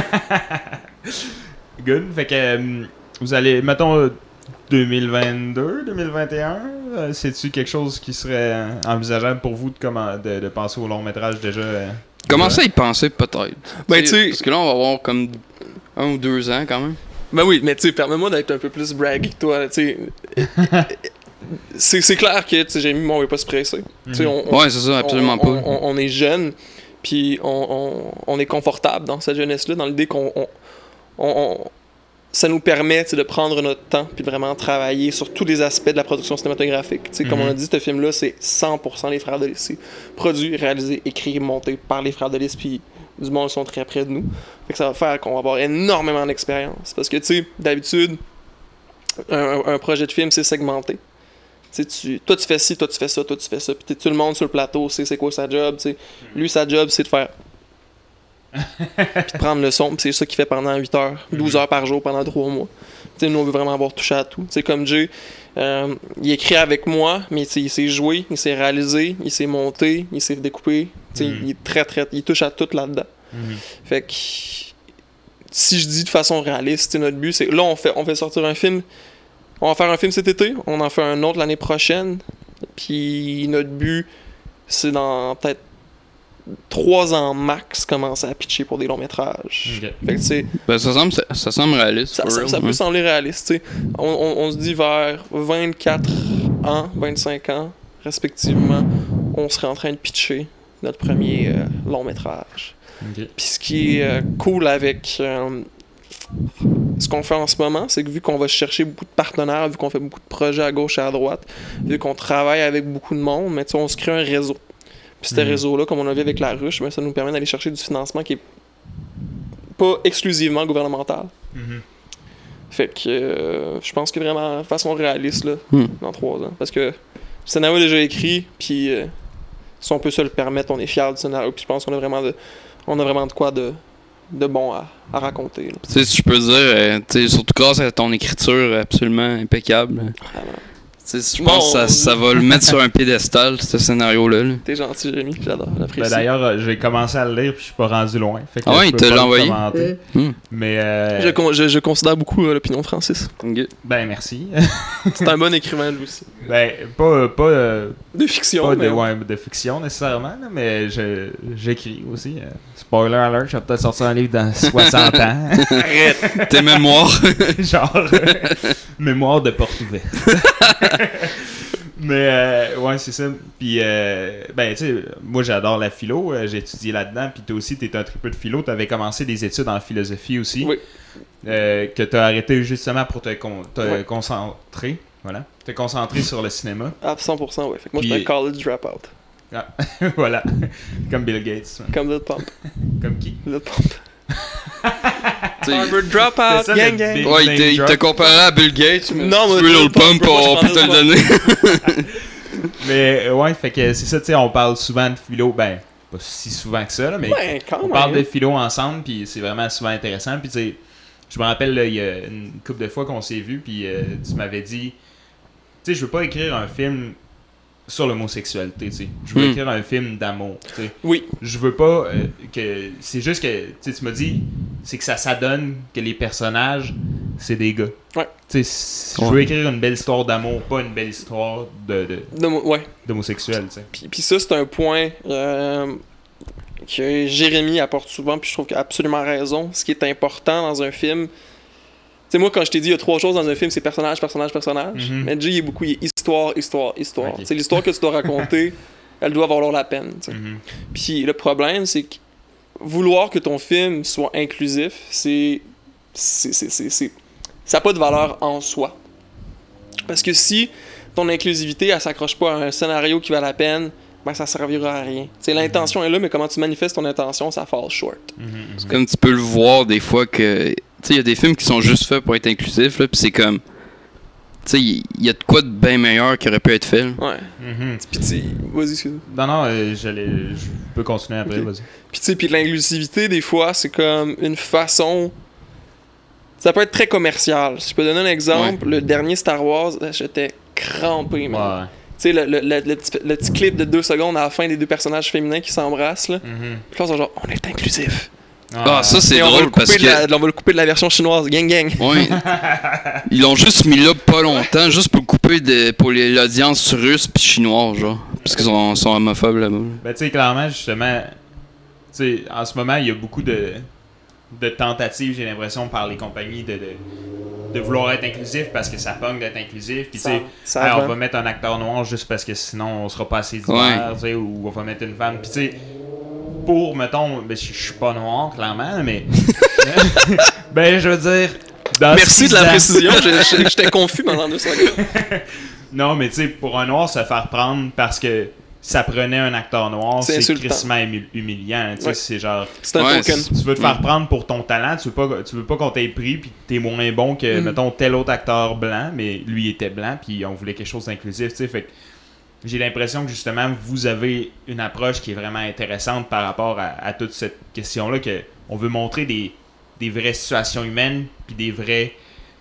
[SPEAKER 1] Good. Fait que vous allez, mettons, 2022, 2021, c'est-tu quelque chose qui serait envisageable pour vous de penser au long métrage déjà?
[SPEAKER 2] Commencer à y penser peut-être.
[SPEAKER 3] Ben, tu sais...
[SPEAKER 2] Parce que là, on va avoir comme 1 ou 2 ans quand même.
[SPEAKER 3] Ben oui, mais tu sais, permets-moi d'être un peu plus braggy que toi, tu sais. C'est clair que, tu sais, Jérémy, moi, on veut pas se presser.
[SPEAKER 2] Ouais, c'est ça, absolument pas.
[SPEAKER 3] On est jeune, puis on est confortable dans cette jeunesse-là, dans l'idée qu'on... ça nous permet de prendre notre temps puis de vraiment travailler sur tous les aspects de la production cinématographique. Comme on a dit, ce film-là, c'est 100% les Frères de Lys. C'est produit, réalisé, écrit, monté par les Frères de Lys, puis du monde sont très près de nous. Fait que ça va faire qu'on va avoir énormément d'expérience. Parce que, tu sais, d'habitude, un projet de film, c'est segmenté. Toi, tu fais ci, toi, tu fais ça, toi, tu fais ça. Puis tout le monde sur le plateau sait c'est quoi sa job. T'sais. Lui, sa job, c'est de faire... puis de prendre le son, puis c'est ça qu'il fait pendant 8 heures, 12 heures par jour pendant 3 mois. T'sais, nous, on veut vraiment avoir touché à tout. T'sais, comme Jay, il écrit avec moi, mais il sait jouer, il sait réaliser, il sait monter, il sait découper. Il est il touche à tout là-dedans. Fait que si je dis de façon réaliste, notre but, c'est là, on fait sortir un film. On va faire un film cet été, on en fait un autre l'année prochaine. Puis notre but, c'est dans peut-être 3 ans max commencer à pitcher pour des longs métrages.
[SPEAKER 2] Okay.
[SPEAKER 3] Fait que, tu sais,
[SPEAKER 2] ben, ça semble réaliste.
[SPEAKER 3] Ça peut sembler réaliste. T'sais. On se dit vers 24 ans, 25 ans, respectivement, on serait en train de pitcher notre premier long métrage. Okay. Puis ce qui est cool avec ce qu'on fait en ce moment, c'est que vu qu'on va chercher beaucoup de partenaires, vu qu'on fait beaucoup de projets à gauche et à droite, vu qu'on travaille avec beaucoup de monde, mais on se crée un réseau. Puis ce réseau-là, comme on a vu avec la ruche, ben, ça nous permet d'aller chercher du financement qui est pas exclusivement gouvernemental. Fait que je pense que vraiment, de façon réaliste, là, dans 3 ans. Parce que le scénario est déjà écrit, puis si on peut se le permettre, on est fiers du scénario. Puis je pense qu'on a vraiment de quoi de bon à raconter.
[SPEAKER 2] Tu sais, si je peux dire, surtout grâce à ton écriture absolument impeccable. Je pense que ça va le mettre sur un piédestal, ce scénario-là. Là.
[SPEAKER 3] T'es gentil, Jérémy, j'adore, j'apprécie.
[SPEAKER 1] Ben d'ailleurs, j'ai commencé à le lire puis je suis pas rendu loin. Fait que
[SPEAKER 2] il te l'a envoyé?
[SPEAKER 1] Mais
[SPEAKER 3] je considère beaucoup l'opinion de Francis.
[SPEAKER 1] Ben merci.
[SPEAKER 3] C'est un bon écrivain, lui aussi.
[SPEAKER 1] Ben, pas
[SPEAKER 3] de fiction.
[SPEAKER 1] Pas de fiction nécessairement, là, mais j'écris aussi. Spoiler alert, je vais peut-être sortir un livre dans 60 ans.
[SPEAKER 2] Arrête! Tes mémoires.
[SPEAKER 1] Genre, mémoire de porte ouverte. Mais ouais, c'est ça. Puis ben tu sais, moi j'adore la philo, j'ai étudié là-dedans, puis toi aussi t'es un triple de philo, t'avais commencé des études en philosophie aussi.
[SPEAKER 3] Oui.
[SPEAKER 1] Que t'as arrêté justement pour te concentrer, voilà, te concentrer sur le cinéma.
[SPEAKER 3] À 100%, ouais. Fait que moi j'étais un college dropout.
[SPEAKER 1] Ah, voilà, comme Bill Gates.
[SPEAKER 3] Comme Lil Pump.
[SPEAKER 1] Comme qui?
[SPEAKER 3] Lil Pump. Harvard dropout, gang gang.
[SPEAKER 2] Ouais, il t'a comparé à Bill Gates, mais
[SPEAKER 3] non,
[SPEAKER 2] tu veux Lil Pump, on peut te le donner.
[SPEAKER 1] Mais ouais, fait que c'est ça, tu sais, on parle souvent de philo, ben, pas si souvent que ça, là, mais
[SPEAKER 3] ouais,
[SPEAKER 1] on parle de philo ensemble, puis c'est vraiment souvent intéressant. Puis tu sais, je me rappelle, il y a une couple de fois qu'on s'est vus, puis tu m'avais dit, tu sais, je veux pas écrire un film sur l'homosexualité, tu sais. Je veux écrire un film d'amour, tu sais.
[SPEAKER 3] Oui.
[SPEAKER 1] Je veux pas que... C'est juste que, tu m'as dit, c'est que ça s'adonne que les personnages, c'est des gars.
[SPEAKER 3] Ouais.
[SPEAKER 1] Tu sais, je veux écrire une belle histoire d'amour, pas une belle histoire
[SPEAKER 3] Ouais.
[SPEAKER 1] d'homosexuel, tu sais.
[SPEAKER 3] Puis ça, c'est un point que Jérémy apporte souvent, puis je trouve qu'il a absolument raison. Ce qui est important dans un film... Tu sais, moi, quand je t'ai dit, il y a 3 choses dans un film, c'est personnage, personnage, personnage. Mais Jay, il est histoire, histoire, histoire.
[SPEAKER 1] Okay.
[SPEAKER 3] Tu sais, l'histoire que tu dois raconter, elle doit valoir la peine, tu sais. Puis le problème, c'est que vouloir que ton film soit inclusif, ça n'a pas de valeur en soi. Parce que si ton inclusivité, elle s'accroche pas à un scénario qui vaut la peine, ben ça servira à rien. T'sais, l'intention est là, mais comment tu manifestes ton intention, ça fall short.
[SPEAKER 2] C'est comme tu peux le voir des fois que... Tu sais, il y a des films qui sont juste faits pour être inclusifs, là, pis c'est comme... Tu sais, il y a de quoi de bien meilleur qui aurait pu être fait, là.
[SPEAKER 3] Ouais. Puis tu sais, vas-y, excuse-moi.
[SPEAKER 1] Non, je peux continuer après, vas-y.
[SPEAKER 3] Puis tu sais, puis l'inclusivité, des fois, c'est comme une façon... Ça peut être très commercial. Si je peux donner un exemple, le dernier Star Wars, j'étais crampé, man.
[SPEAKER 1] Ouais.
[SPEAKER 3] Tu sais, le petit clip de 2 secondes à la fin des 2 personnages féminins qui s'embrassent, là. Puis là, c'est genre, on est inclusif.
[SPEAKER 2] Ah, ça c'est
[SPEAKER 3] Et
[SPEAKER 2] drôle parce que...
[SPEAKER 3] on va le couper de la version chinoise, gang gang.
[SPEAKER 2] Ouais. Ils l'ont juste mis là pas longtemps, juste pour le couper pour l'audience russe pis chinoise, genre. Parce qu'ils sont homophobes là-bas.
[SPEAKER 1] Ben, tu sais, clairement, justement, tu sais, en ce moment, il y a beaucoup de tentatives, j'ai l'impression, par les compagnies de vouloir être inclusif parce que ça pogne d'être inclusif. Puis, tu sais, on va mettre un acteur noir juste parce que sinon, on sera pas assez divers, tu sais, ou on va mettre une femme. Puis, tu sais, pour, mettons, ben, je suis pas noir, clairement, mais. Ben, je veux dire.
[SPEAKER 3] Merci de la précision, j'étais confus pendant 2 secondes.
[SPEAKER 1] Non, mais tu sais, pour un noir, se faire prendre parce que ça prenait un acteur noir, c'est crissement humiliant. Tu sais, c'est genre.
[SPEAKER 3] C'est un token.
[SPEAKER 1] Tu veux te faire prendre pour ton talent, tu veux pas qu'on t'ait pris, puis t'es moins bon que, mettons, tel autre acteur blanc, mais lui était blanc, puis on voulait quelque chose d'inclusif, tu sais. Fait que j'ai l'impression que justement, vous avez une approche qui est vraiment intéressante par rapport à toute cette question-là, que on veut montrer des vraies situations humaines, puis des vrais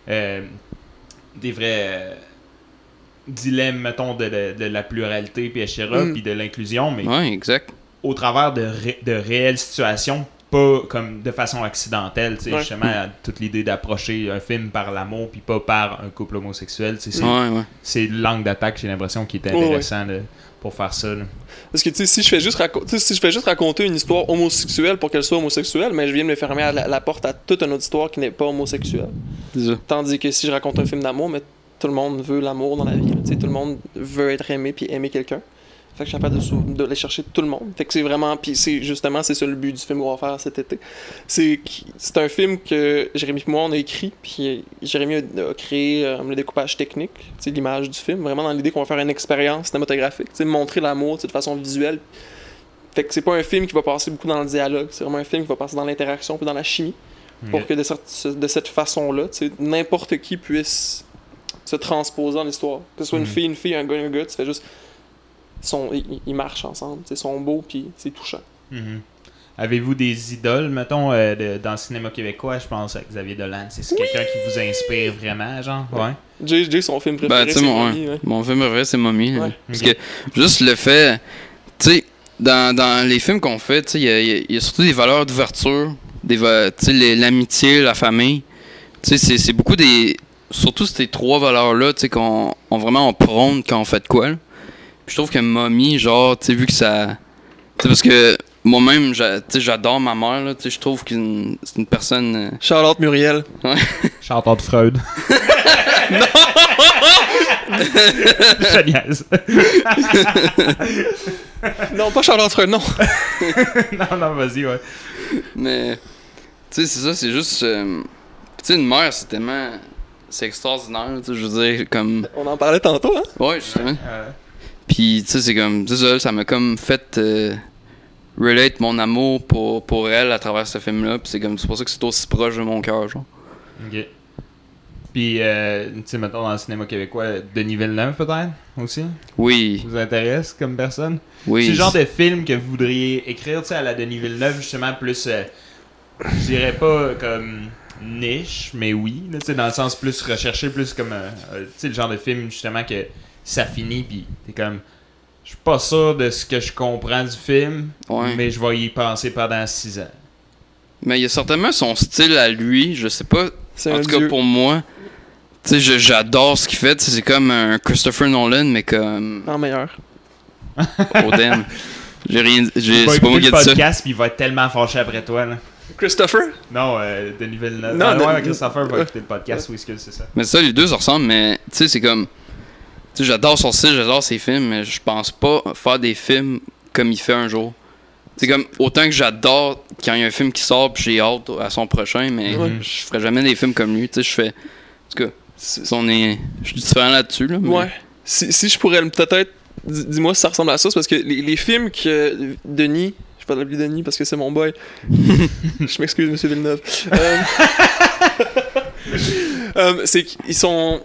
[SPEAKER 1] dilemmes, mettons, de la pluralité, puis etc., puis de l'inclusion, mais
[SPEAKER 2] exact.
[SPEAKER 1] Au travers de réelles situations, pas comme de façon accidentelle, tu sais, justement, toute l'idée d'approcher un film par l'amour, puis pas par un couple homosexuel, tu sais, c'est l'angle d'attaque, j'ai l'impression, qui est intéressant pour faire ça, là.
[SPEAKER 3] Parce que, tu sais, si je fais juste raconter une histoire homosexuelle pour qu'elle soit homosexuelle, mais je viens de me fermer la porte à toute une autre histoire qui n'est pas homosexuelle. Tandis que si je raconte un film d'amour, mais tout le monde veut l'amour dans la vie, tu sais, tout le monde veut être aimé puis aimer quelqu'un. Fait que je suis capable de aller chercher tout le monde. Fait que c'est vraiment... Puis c'est ça le but du film qu'on va faire cet été. C'est un film que Jérémy et moi, on a écrit, puis Jérémy a créé le découpage technique, tu sais, l'image du film, vraiment dans l'idée qu'on va faire une expérience cinématographique, tu sais, montrer l'amour, tu sais, de façon visuelle. Fait que c'est pas un film qui va passer beaucoup dans le dialogue, c'est vraiment un film qui va passer dans l'interaction puis dans la chimie, pour que de cette façon-là, tu sais, n'importe qui puisse se transposer dans l'histoire. Que ce soit une fille, un gars, tu fais juste... Ils marchent ensemble, ils sont beaux, puis c'est touchant.
[SPEAKER 1] Avez-vous des idoles, mettons, dans le cinéma québécois? Je pense à Xavier Dolan. C'est quelqu'un qui vous inspire vraiment, genre? Ouais.
[SPEAKER 3] Jay, son film préféré, c'est Mommy.
[SPEAKER 2] Mon film préféré, c'est Mommy.
[SPEAKER 3] Ouais.
[SPEAKER 2] Parce que juste le fait... Tu sais, dans les films qu'on fait, il y a surtout des valeurs d'ouverture, l'amitié, la famille. Tu sais, c'est beaucoup des... Surtout ces 3 valeurs-là, tu sais, qu'on vraiment on prône quand on fait de quoi, là. Puis je trouve que Mommy, genre, tu sais, vu que ça... Tu sais, parce que moi-même, j'adore ma mère, là, tu sais, je trouve que c'est une personne...
[SPEAKER 3] Charlotte Muriel.
[SPEAKER 2] Ouais.
[SPEAKER 1] Charlotte Freud.
[SPEAKER 3] Non!
[SPEAKER 1] Je niaise.
[SPEAKER 3] Non, pas Charlotte Freud, non.
[SPEAKER 1] non, vas-y, ouais.
[SPEAKER 2] Mais, tu sais, c'est ça, c'est juste... tu sais, une mère, c'est tellement... C'est extraordinaire, tu sais, je veux dire, comme...
[SPEAKER 3] On en parlait tantôt, hein?
[SPEAKER 2] Ouais, justement. Puis, tu sais, c'est comme... Ça m'a comme fait relate mon amour pour elle à travers ce film-là. Puis c'est pour ça que c'est aussi proche de mon cœur, genre.
[SPEAKER 1] OK. Puis, tu sais, mettons, dans le cinéma québécois, Denis Villeneuve, peut-être, aussi?
[SPEAKER 2] Oui.
[SPEAKER 1] Vous intéresse comme personne?
[SPEAKER 2] Oui.
[SPEAKER 1] C'est le genre de film que vous voudriez écrire, tu sais, à la Denis Villeneuve, justement, plus... je dirais pas comme... niche, mais oui, là, dans le sens plus recherché, plus comme tu sais, le genre de film justement que ça finit, puis t'es comme Je suis pas sûr de ce que je comprends du film,
[SPEAKER 2] Ouais.
[SPEAKER 1] mais je vais y penser pendant 6 ans.
[SPEAKER 2] Mais il y a certainement son style à lui, je sais pas.
[SPEAKER 3] C'est
[SPEAKER 2] En
[SPEAKER 3] un
[SPEAKER 2] tout cas,
[SPEAKER 3] dieu.
[SPEAKER 2] pour moi, tu sais, j'adore ce qu'il fait. Tu sais, c'est comme un Christopher Nolan, mais comme
[SPEAKER 3] En meilleur.
[SPEAKER 2] Odin. J'ai rien.
[SPEAKER 1] Il va
[SPEAKER 2] C'est pas moi
[SPEAKER 1] écouter
[SPEAKER 2] qui ai
[SPEAKER 1] le
[SPEAKER 2] dit ça.
[SPEAKER 1] podcast puis il va être tellement fâché après toi. Là.
[SPEAKER 3] Christopher?
[SPEAKER 1] Non, Denis Villeneuve.
[SPEAKER 3] Non,
[SPEAKER 1] Ah, ouais,
[SPEAKER 3] Denis-
[SPEAKER 1] Christopher va écouter le podcast, oui, c'est ça.
[SPEAKER 2] Mais ça, les deux se ressemblent, mais tu sais, c'est comme. Tu sais, j'adore son style, j'adore ses films, mais je pense pas faire des films comme il fait un jour. C'est comme, autant que j'adore quand il y a un film qui sort pis j'ai hâte à son prochain, mais
[SPEAKER 3] Ouais.
[SPEAKER 2] je ferais jamais des films comme lui. Tu sais, je fais. En tout cas, si on est. Je suis différent là-dessus, là. Mais...
[SPEAKER 3] Ouais. Si je pourrais peut-être. Dis-moi si ça ressemble à ça, c'est parce que les films que Denis. Je vais pas l'appeler Denis parce que c'est mon boy. Je m'excuse, monsieur Villeneuve. C'est qu'ils sont.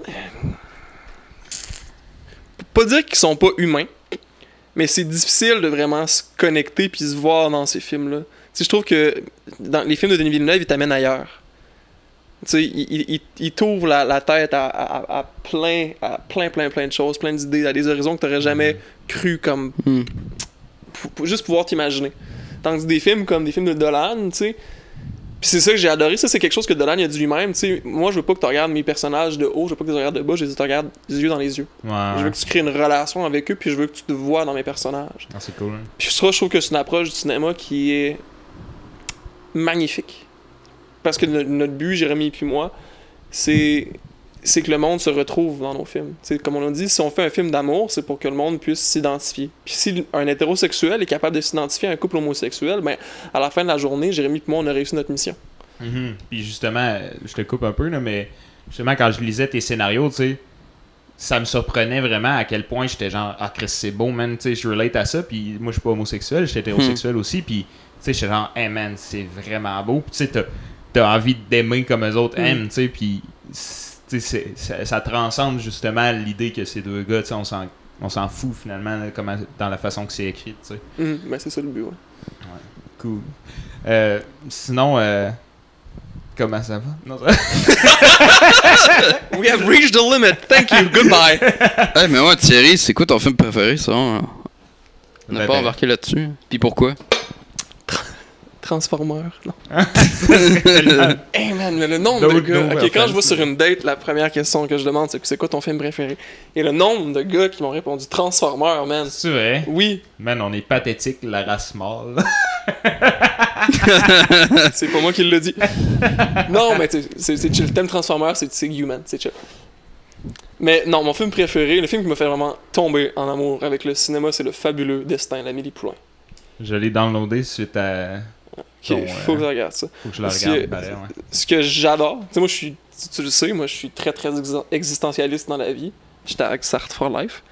[SPEAKER 3] Pas dire qu'ils sont pas humains, mais c'est difficile de vraiment se connecter puis se voir dans ces films-là. Tu sais, je trouve que dans les films de Denis Villeneuve, ils t'amènent ailleurs. Tu sais, il t'ouvre la tête à plein de choses, plein d'idées, à des horizons que t'aurais jamais cru comme
[SPEAKER 2] Hmm.
[SPEAKER 3] juste pouvoir t'imaginer. Tandis que des films comme des films de Dolan, tu sais, puis c'est ça que j'ai adoré, ça c'est quelque chose que Dolan il a dit lui-même, tu sais, moi je veux pas que tu regardes mes personnages de haut, je veux pas que tu regardes de bas, je veux que tu regardes les yeux dans les yeux.
[SPEAKER 1] Ouais.
[SPEAKER 3] Je veux que tu crées une relation avec eux, puis je veux que tu te vois dans mes personnages.
[SPEAKER 1] Ah, c'est cool. Hein.
[SPEAKER 3] Puis ça, je trouve que c'est une approche du cinéma qui est magnifique. Parce que notre but, Jérémy et moi, c'est que le monde se retrouve dans nos films. T'sais, comme on l'a dit, si on fait un film d'amour, c'est pour que le monde puisse s'identifier. Puis si un hétérosexuel est capable de s'identifier à un couple homosexuel, ben, à la fin de la journée, Jérémy et moi, on a réussi notre mission.
[SPEAKER 1] Mhm. Puis justement, je te coupe un peu, là, mais justement, quand je lisais tes scénarios, tu sais, ça me surprenait vraiment à quel point j'étais genre, ah, Chris, c'est beau, man, tu sais, je relate à ça. Puis moi, je suis pas homosexuel, j'étais hétérosexuel aussi. Puis, tu sais, j'étais genre, hey man, c'est vraiment beau. Puis, tu sais, t'as envie d'aimer comme eux autres aiment, tu sais. Puis, tu sais, ça transcende justement l'idée que ces deux gars, tu sais, on s'en fout finalement là, comment, dans la façon que c'est écrit, tu sais.
[SPEAKER 3] Ben, c'est ça le but, ouais.
[SPEAKER 1] Cool. Sinon, comment ça va? Non, ça...
[SPEAKER 3] We have reached the limit. Thank you. Goodbye.
[SPEAKER 2] Hey, mais ouais, Thierry, c'est quoi ton film préféré, ça? On n'a
[SPEAKER 1] Ben,
[SPEAKER 2] pas embarqué là-dessus. Puis pourquoi?
[SPEAKER 3] Transformer. Non.
[SPEAKER 1] Tellement-
[SPEAKER 3] Hey man, mais le nombre de
[SPEAKER 1] No-
[SPEAKER 3] gars.
[SPEAKER 1] no
[SPEAKER 3] Ok, quand je vais
[SPEAKER 1] offense,
[SPEAKER 3] sur
[SPEAKER 1] mais-
[SPEAKER 3] une date, la première question que je demande, c'est quoi ton film préféré? Et le nombre de gars qui m'ont répondu Transformer, man.
[SPEAKER 1] C'est vrai?
[SPEAKER 3] Oui,
[SPEAKER 1] Man, on est pathétique, la race mâle.
[SPEAKER 3] c'est pas moi qui l'ai dit. Non, mais c'est chill. Le thème Transformer, c'est human, c'est chill. Mais non, mon film préféré, le film qui m'a fait vraiment tomber en amour avec le cinéma, c'est Le Fabuleux Destin d'Amélie Poulain.
[SPEAKER 1] Je l'ai downloadé suite à...
[SPEAKER 3] Ok, faut que je regarde ça.
[SPEAKER 1] Faut que je le
[SPEAKER 3] Parce
[SPEAKER 1] regarde,
[SPEAKER 3] que-
[SPEAKER 1] pareil, ouais.
[SPEAKER 3] Ce que j'adore, tu sais, moi, tu le sais, moi, je suis très, très existentialiste dans la vie. J'étais avec Sartre for Life.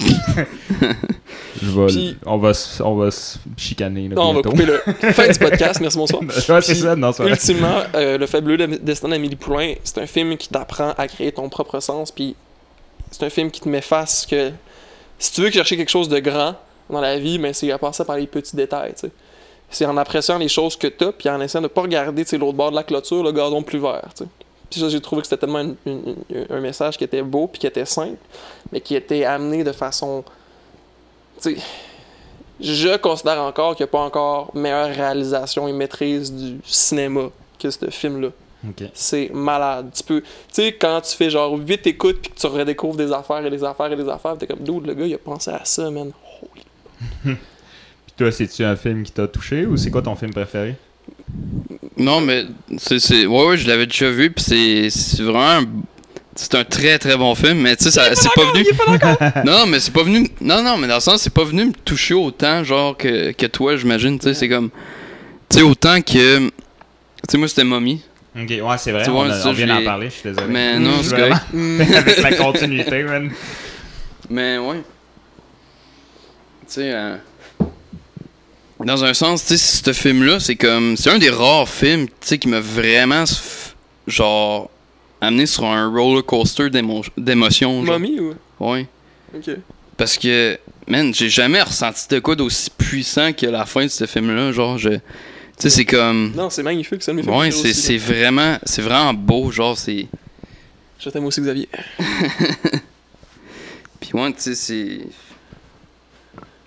[SPEAKER 3] Puis-
[SPEAKER 1] On va se chicaner, là,
[SPEAKER 3] Non, on va
[SPEAKER 1] bientôt.
[SPEAKER 3] couper le fin du podcast. Merci, bonsoir.
[SPEAKER 1] Ouais, c'est
[SPEAKER 3] Puis,
[SPEAKER 1] ça, non, c'est vrai.
[SPEAKER 3] Ultimement, Le Fabuleux Destin d'Amélie Poulain, c'est un film qui t'apprend à créer ton propre sens, puis c'est un film qui te met face que si tu veux chercher quelque chose de grand dans la vie, ben, c'est à passer par les petits détails, tu sais. C'est en appréciant les choses que t'as, puis en essayant de pas regarder, tu sais, l'autre bord de la clôture, le gazon plus vert, tu sais. Puis ça, j'ai trouvé que c'était tellement un message qui était beau, puis qui était simple, mais qui était amené de façon... Tu sais, je considère encore qu'il n'y a pas encore meilleure réalisation et maîtrise du cinéma que ce film-là.
[SPEAKER 1] Ok.
[SPEAKER 3] C'est malade. Tu sais, quand tu fais genre 8 écoutes puis que tu redécouvres des affaires et des affaires et des affaires, t'es comme, dude, le gars, il a pensé à ça, man. Holy.
[SPEAKER 1] Puis toi, c'est-tu un film qui t'a touché ou c'est quoi ton film préféré?
[SPEAKER 2] Non, mais ouais, je l'avais déjà vu, puis c'est vraiment c'est un très très bon film, mais tu sais, c'est pas venu. Non, mais c'est pas venu. Non, mais dans le sens, c'est pas venu me toucher autant, genre, que toi, j'imagine. Tu sais, c'est comme. Tu sais, autant que. Tu sais, moi, c'était Mommy.
[SPEAKER 1] Ok, ouais, c'est vrai,
[SPEAKER 2] Tu vois, ça,
[SPEAKER 1] on vient
[SPEAKER 2] je
[SPEAKER 1] d'en
[SPEAKER 2] l'ai-
[SPEAKER 1] parler, je suis désolé.
[SPEAKER 2] Mais non, c'est
[SPEAKER 1] Vraiment.
[SPEAKER 2] correct.
[SPEAKER 1] Avec la continuité, man.
[SPEAKER 2] Mais ouais. Tu sais, dans un sens, tu sais, ce film-là, c'est comme. C'est un des rares films, tu sais, qui m'a vraiment. Genre. Amené sur un roller coaster d'émotions. genre.
[SPEAKER 3] Mommy ou.
[SPEAKER 2] Ouais.
[SPEAKER 3] Ok.
[SPEAKER 2] Parce que, man, j'ai jamais ressenti de quoi d'aussi puissant que la fin de ce film-là. Genre, tu sais, c'est comme.
[SPEAKER 3] Non, c'est magnifique, ça me fait
[SPEAKER 2] Ouais,
[SPEAKER 3] plaisir
[SPEAKER 2] c'est
[SPEAKER 3] aussi,
[SPEAKER 2] c'est vraiment beau. Genre, c'est.
[SPEAKER 3] là. Je t'aime aussi, Xavier.
[SPEAKER 2] Puis, ouais, tu sais, c'est.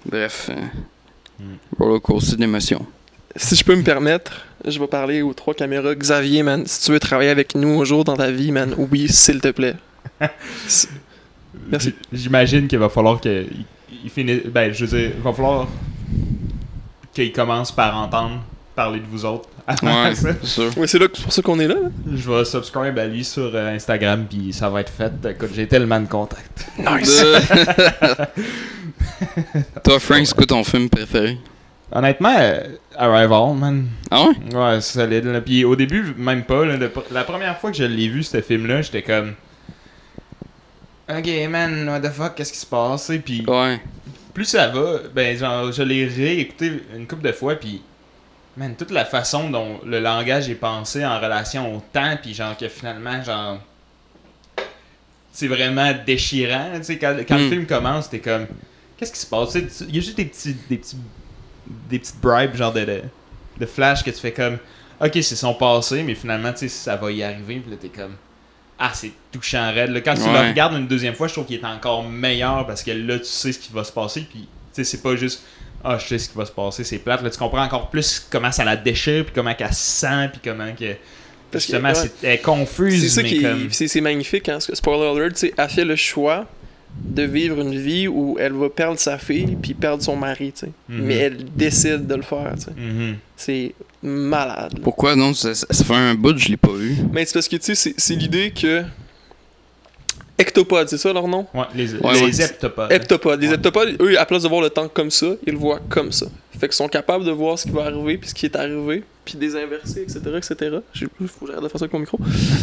[SPEAKER 2] Bref, roller coaster d'émotions.
[SPEAKER 3] Si je peux me permettre, je vais parler aux 3 caméras. Xavier, man, si tu veux travailler avec nous un jour dans ta vie, man, oui, s'il te plaît. Merci.
[SPEAKER 1] J'imagine qu'il va falloir qu'il finisse. Ben, je veux dire, il va falloir qu'il commence par entendre parler de vous autres.
[SPEAKER 2] Ouais, c'est sûr.
[SPEAKER 3] Oui, c'est pour ça qu'on est là.
[SPEAKER 1] Je vais subscribe à lui sur Instagram, puis ça va être fait. Écoute, j'ai tellement de contacts.
[SPEAKER 3] Nice!
[SPEAKER 2] Toi, Frank, c'est quoi ton film préféré?
[SPEAKER 1] Honnêtement, Arrival, man.
[SPEAKER 2] Ah ouais?
[SPEAKER 1] Ouais, c'est solide. Là. Puis au début, même pas. Là, la première fois que je l'ai vu, ce film-là, j'étais comme... Ok, man, what the fuck, qu'est-ce qui se passe? Puis
[SPEAKER 2] Ouais.
[SPEAKER 1] plus ça va, ben genre, je l'ai réécouté une couple de fois, puis... Man, toute la façon dont le langage est pensé en relation au temps, puis genre que finalement, genre... C'est vraiment déchirant, tu sais, quand le film commence, t'es comme... Qu'est-ce qui se passe? Il y a juste des petites bribes, genre de flash que tu fais comme... Ok, c'est son passé, mais finalement, tu sais, ça va y arriver, puis là, t'es comme... Ah, c'est touchant raide. Là, quand tu le regardes une deuxième fois, je trouve qu'il est encore meilleur, parce que là, tu sais ce qui va se passer, puis tu sais, c'est pas juste... Ah, je sais ce qui va se passer, c'est plate. Là, tu comprends encore plus comment ça la déchire, puis comment qu'elle se sent, puis comment que...
[SPEAKER 3] Parce
[SPEAKER 1] justement, elle est confuse,
[SPEAKER 3] c'est ça
[SPEAKER 1] mais
[SPEAKER 3] qui
[SPEAKER 1] comme...
[SPEAKER 3] c'est magnifique, hein, spoiler alert, tu sais, elle fait le choix de vivre une vie où elle va perdre sa fille puis perdre son mari, tu sais. Mais elle décide de le faire, tu sais. C'est malade. Là.
[SPEAKER 2] Pourquoi non? Ça fait un bout que je l'ai pas vu.
[SPEAKER 3] Mais c'est parce que, tu sais, c'est l'idée que... Ectopodes, c'est ça leur nom?
[SPEAKER 1] Ouais, les heptapodes.
[SPEAKER 3] Heptapodes. Les heptapodes, eux, à place de voir le temps comme ça, ils le voient comme ça. Fait qu'ils sont capables de voir ce qui va arriver, puis ce qui est arrivé, puis des inversés, etc., etc. Faut que j'arrête de faire ça avec mon micro.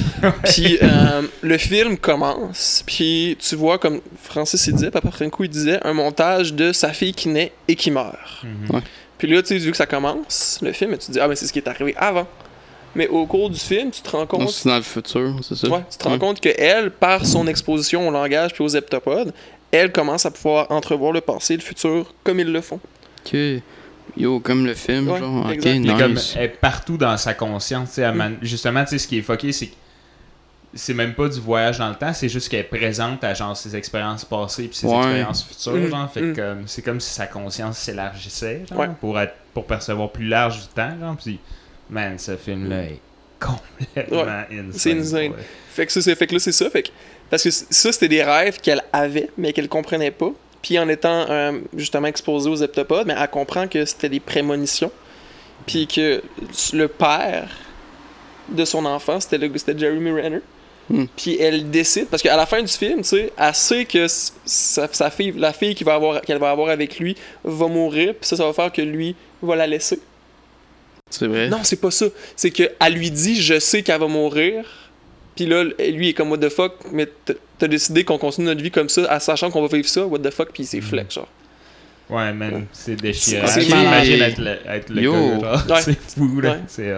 [SPEAKER 3] Puis le film commence, puis tu vois, comme Francis il disait, Papa Franco il disait, un montage de sa fille qui naît et qui meurt.
[SPEAKER 2] Ouais.
[SPEAKER 3] Puis là, tu sais, vu que ça commence, le film, tu te dis, ah ben c'est ce qui est arrivé avant. Mais au cours du film, tu te rends compte...
[SPEAKER 2] Non, c'est dans le futur, c'est ça?
[SPEAKER 3] Ouais, tu te rends compte qu'elle, par son exposition au langage puis aux heptapodes, elle commence à pouvoir entrevoir le passé et le futur comme ils le font.
[SPEAKER 2] Ok. Yo, comme le film,
[SPEAKER 3] Ouais,
[SPEAKER 2] genre. Ok,
[SPEAKER 3] exact.
[SPEAKER 2] nice.
[SPEAKER 1] Mais comme elle est partout dans sa conscience. Tu sais, justement, tu sais, ce qui est fucké, c'est que c'est même pas du voyage dans le temps, c'est juste qu'elle est présente à genre ses expériences passées puis ses expériences futures. Genre, fait que c'est comme si sa conscience s'élargissait genre, pour percevoir plus large du temps. Genre, puis, man, ce film-là est complètement insane.
[SPEAKER 3] C'est insane. Fait que là, c'est ça. Fait que, parce que ça, c'était des rêves qu'elle avait, mais qu'elle comprenait pas. Puis en étant justement exposée aux heptapodes, mais elle comprend que c'était des prémonitions. Puis que le père de son enfant, c'était Jeremy Renner. Puis elle décide, parce qu'à la fin du film, tu sais, elle sait que sa fille, la fille qu'elle va avoir avec lui va mourir, puis ça va faire que lui va la laisser.
[SPEAKER 2] C'est vrai?
[SPEAKER 3] Non, c'est pas ça. C'est qu'elle lui dit, je sais qu'elle va mourir. Puis là, lui, il est comme, what the fuck, mais t'as décidé qu'on continue notre vie comme ça, en sachant qu'on va vivre ça, what the fuck, puis c'est flex, genre.
[SPEAKER 1] Ouais, man, c'est déchirant.
[SPEAKER 3] C'est
[SPEAKER 1] J'imagine être le
[SPEAKER 2] Yo.
[SPEAKER 1] gars, genre.
[SPEAKER 3] Ouais.
[SPEAKER 1] C'est fou, là.
[SPEAKER 3] Ouais.
[SPEAKER 1] C'est,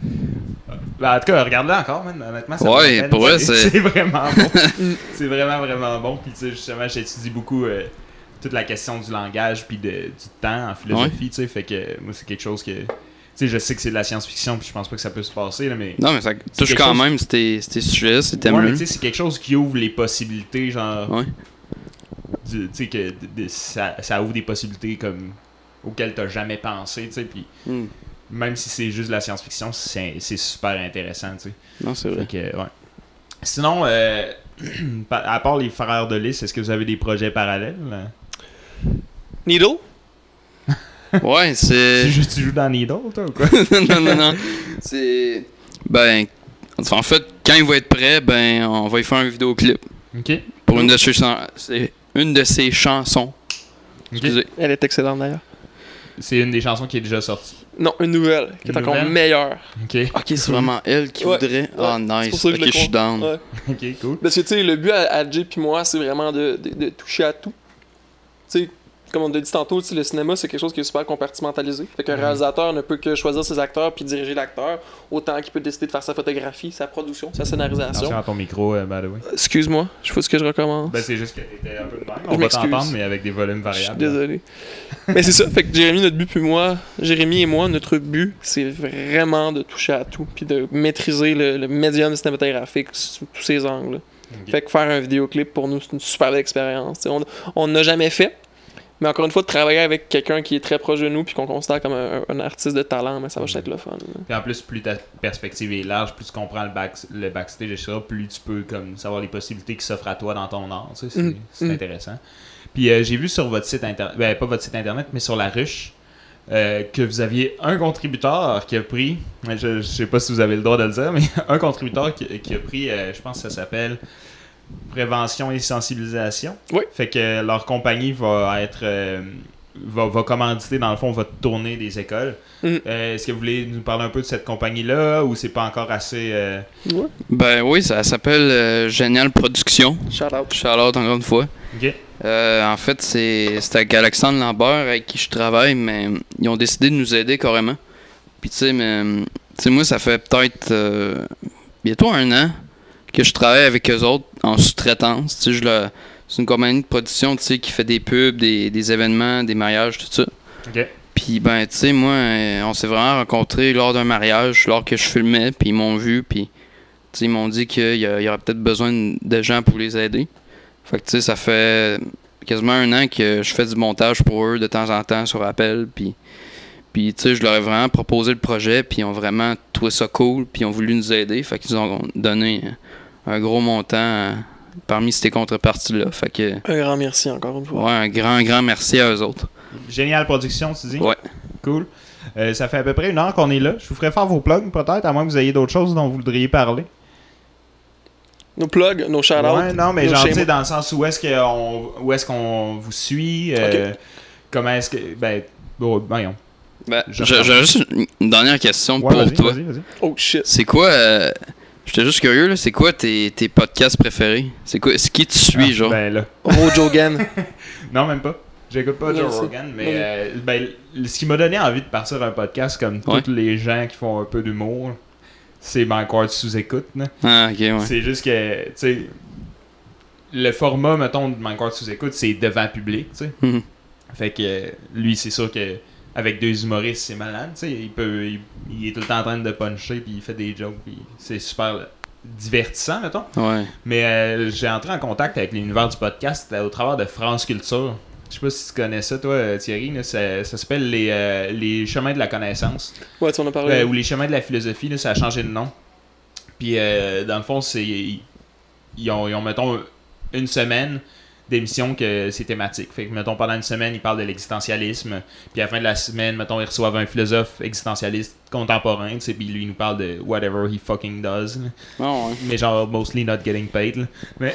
[SPEAKER 1] Ben, en tout cas, regarde-le encore, man. Honnêtement, ça
[SPEAKER 2] Ouais,
[SPEAKER 1] vaut la peine.
[SPEAKER 2] pour vrai, c'est-
[SPEAKER 1] C'est vraiment bon. C'est vraiment, vraiment bon. Puis, tu sais, justement, j'étudie beaucoup toute la question du langage puis du temps en philosophie, tu sais. Fait que moi, c'est quelque chose que... Tu sais, je sais que c'est de la science-fiction puis je pense pas que ça peut se passer, là, mais...
[SPEAKER 2] Non, mais ça touche
[SPEAKER 1] quelque
[SPEAKER 2] quand
[SPEAKER 1] chose-
[SPEAKER 2] même ces sujets, ces
[SPEAKER 1] Ouais,
[SPEAKER 2] thèmes-là.
[SPEAKER 1] mais tu sais, c'est quelque chose qui ouvre les possibilités, genre...
[SPEAKER 2] Ouais.
[SPEAKER 1] Tu sais, que ça ouvre des possibilités comme auxquelles t'as jamais pensé, tu sais, puis même si c'est juste de la science-fiction, c'est super intéressant, tu sais.
[SPEAKER 2] Non, c'est vrai.
[SPEAKER 1] Fait que, ouais. Sinon, à part les frères de lys, est-ce que vous avez des projets parallèles?
[SPEAKER 3] Needle?
[SPEAKER 2] Ouais, c'est...
[SPEAKER 1] Tu joues dans Needle, toi, ou quoi?
[SPEAKER 2] non. C'est... Ben... En fait, quand il va être prêt, ben, on va y faire un vidéoclip.
[SPEAKER 1] OK.
[SPEAKER 2] Pour une de ses c'est une de ses chansons. Excusez.
[SPEAKER 3] Elle est excellente, d'ailleurs.
[SPEAKER 1] C'est une des chansons qui est déjà sortie.
[SPEAKER 3] Non, une nouvelle, qui est
[SPEAKER 1] Une
[SPEAKER 3] encore
[SPEAKER 1] nouvelle?
[SPEAKER 3] meilleure.
[SPEAKER 1] OK.
[SPEAKER 2] Ok, c'est vraiment elle qui
[SPEAKER 3] Ouais.
[SPEAKER 2] voudrait. Ah,
[SPEAKER 3] Ouais. C'est
[SPEAKER 2] nice.
[SPEAKER 3] pour ça que
[SPEAKER 2] Ok, je suis down.
[SPEAKER 3] Ouais.
[SPEAKER 1] OK, cool.
[SPEAKER 3] Parce que, tu sais, le but à Jay puis moi, c'est vraiment de toucher à tout. Tu sais, comme on l'a dit tantôt, tu sais, le cinéma, c'est quelque chose qui est super compartimentalisé. Fait qu'un réalisateur ne peut que choisir ses acteurs puis diriger l'acteur, autant qu'il peut décider de faire sa photographie, sa production, sa scénarisation.
[SPEAKER 1] Attention à ton micro, by the way.
[SPEAKER 3] Excuse-moi, je faut ce que je recommence.
[SPEAKER 1] Ben, c'est juste que t'étais un peu de même.
[SPEAKER 3] Je
[SPEAKER 1] On va
[SPEAKER 3] m'excuse.
[SPEAKER 1] t'entendre, mais avec des volumes
[SPEAKER 3] Je suis
[SPEAKER 1] variables.
[SPEAKER 3] désolé. Mais c'est ça, fait que Jérémy, notre but, puis moi, Jérémy et moi, notre but, c'est vraiment de toucher à tout, puis de maîtriser le médium cinématographique sous tous ses angles.
[SPEAKER 1] Ok.
[SPEAKER 3] Fait que faire un vidéoclip, pour nous, c'est une super belle expérience. T'sais, on n'a jamais fait, Mais encore une fois, de travailler avec quelqu'un qui est très proche de nous puis qu'on considère comme un artiste de talent, mais ça va juste être le fun.
[SPEAKER 1] Puis en plus, plus ta perspective est large, plus tu comprends le backstage, etc., plus tu peux comme savoir les possibilités qui s'offrent à toi dans ton art. Tu sais, c'est intéressant. Puis j'ai vu sur votre site internet, ben pas votre site internet, mais sur La Ruche, que vous aviez un contributeur qui a pris, je sais pas si vous avez le droit de le dire, mais un contributeur qui a pris, je pense que ça s'appelle Prévention et sensibilisation.
[SPEAKER 3] Oui.
[SPEAKER 1] Fait que leur compagnie va être va commanditer dans le fond votre tournée des écoles. Est-ce que vous voulez nous parler un peu de cette compagnie-là ou c'est pas encore assez...
[SPEAKER 3] Ouais.
[SPEAKER 2] Ben oui, ça s'appelle Génial Production.
[SPEAKER 3] Shout out.
[SPEAKER 2] Shout out encore une fois.
[SPEAKER 1] OK.
[SPEAKER 2] En fait, c'est avec Alexandre Lambert avec qui je travaille, mais ils ont décidé de nous aider carrément. Puis tu sais, moi, ça fait peut-être bientôt 1 an que je travaille avec eux autres en sous-traitance. Tu sais, c'est une compagnie de production, tu sais, qui fait des pubs, des événements, des mariages, tout ça.
[SPEAKER 1] OK.
[SPEAKER 2] Puis ben, tu sais, moi, on s'est vraiment rencontrés lors d'un mariage, lors que je filmais, puis ils m'ont vu, puis tu sais, ils m'ont dit qu'il y aurait peut-être besoin de gens pour les aider. Fait que tu sais, ça fait quasiment 1 an que je fais du montage pour eux de temps en temps sur appel, puis tu sais, je leur ai vraiment proposé le projet, puis ils ont vraiment trouvé ça cool, puis ils ont voulu nous aider. Fait qu'ils nous ont donné un gros montant parmi ces contreparties-là. Fait que...
[SPEAKER 3] Un grand merci encore une fois.
[SPEAKER 2] Ouais, un grand merci à eux autres.
[SPEAKER 1] Génial production, tu dis?
[SPEAKER 2] Ouais.
[SPEAKER 1] Cool. Ça fait à peu près 1 heure qu'on est là. Je vous ferai faire vos plugs peut-être, à moins que vous ayez d'autres choses dont vous voudriez parler.
[SPEAKER 3] Nos plugs, nos shout-outs.
[SPEAKER 1] Ouais, non, mais
[SPEAKER 3] nos
[SPEAKER 1] genre, tu sais,
[SPEAKER 3] schémas.
[SPEAKER 1] dans le sens où est-ce qu'on vous suit,
[SPEAKER 3] Ok.
[SPEAKER 1] comment est-ce que... Ben, bon, voyons.
[SPEAKER 2] Ben,
[SPEAKER 1] Je
[SPEAKER 2] j'ai juste une dernière question
[SPEAKER 1] Ouais,
[SPEAKER 2] pour toi.
[SPEAKER 1] vas-y.
[SPEAKER 3] Oh shit.
[SPEAKER 2] C'est quoi... J'étais juste curieux, là. C'est quoi tes podcasts préférés? C'est qui tu suis, genre?
[SPEAKER 1] Ben là.
[SPEAKER 3] Joe Rogan.
[SPEAKER 1] Non, même pas. J'écoute pas
[SPEAKER 3] Non,
[SPEAKER 1] Joe
[SPEAKER 3] c'est-
[SPEAKER 1] Rogan, mais ce qui m'a donné envie de partir un podcast comme
[SPEAKER 2] Ouais.
[SPEAKER 1] tous les gens qui font un peu d'humour, c'est Mike Ward sous-écoute. Là.
[SPEAKER 2] Ah, ok, ouais.
[SPEAKER 1] C'est juste que, tu sais, le format, mettons, de Mike Ward sous-écoute, c'est devant public, tu sais.
[SPEAKER 2] Mhm.
[SPEAKER 1] Fait que lui, c'est sûr que avec 2 humoristes, c'est malade, tu sais. Il est tout le temps en train de puncher, puis il fait des jokes, puis c'est super divertissant, mettons.
[SPEAKER 2] Ouais.
[SPEAKER 1] Mais j'ai entré en contact avec l'univers du podcast au travers de France Culture. Je sais pas si tu connais ça, toi, Thierry. Là, ça s'appelle les chemins de la connaissance.
[SPEAKER 3] Ouais, tu en as parlé.
[SPEAKER 1] Ou les chemins de la philosophie, là, ça a changé de nom. Puis, dans le fond, ils ont, mettons, 1 semaine d'émissions que c'est thématique. Fait que, mettons, pendant 1 semaine, ils parlent de l'existentialisme. Puis, à la fin de la semaine, mettons, ils reçoivent un philosophe existentialiste contemporain. Tu sais, puis lui, il nous parle de whatever he fucking does. Là.
[SPEAKER 2] Ah, ouais.
[SPEAKER 1] Mais genre, mostly not getting paid. Là. Mais...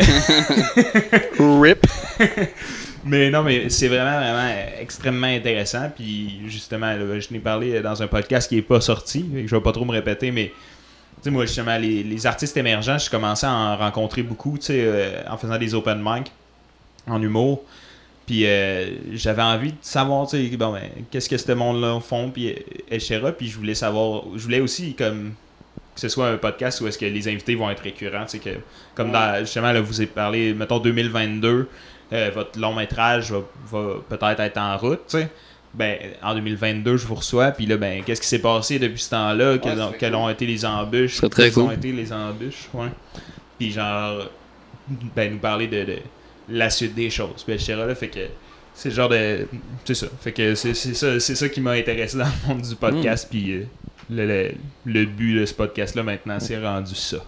[SPEAKER 3] RIP.
[SPEAKER 1] Mais non, mais c'est vraiment extrêmement intéressant. Puis justement, là, je n'ai parlé dans un podcast qui n'est pas sorti. Fait que je vais pas trop me répéter, mais tu sais, moi, justement, les artistes émergents, je commençais à en rencontrer beaucoup, tu sais, en faisant des open mic en humour. Puis j'avais envie de savoir, tu sais, bon, ben, qu'est-ce que ce monde-là font, puis etc. Puis je voulais aussi, comme, que ce soit un podcast où est-ce que les invités vont être récurrents, tu sais, que, comme dans, justement, là, vous avez parlé, mettons, 2022, votre long métrage va peut-être être en route, tu sais. Ben, en 2022, je vous reçois, puis là, ben, qu'est-ce qui s'est passé depuis ce temps-là? Quelles ont été les embûches?
[SPEAKER 2] Ce serait très
[SPEAKER 1] Quelles ont
[SPEAKER 2] cool.
[SPEAKER 1] été les embûches? Ouais. Puis genre, ben, nous parler de la suite des choses, puis etc. Là, fait que c'est le genre de... C'est ça. Fait que c'est ça qui m'a intéressé dans le monde du podcast, puis le but de ce podcast-là, maintenant, c'est rendu ça.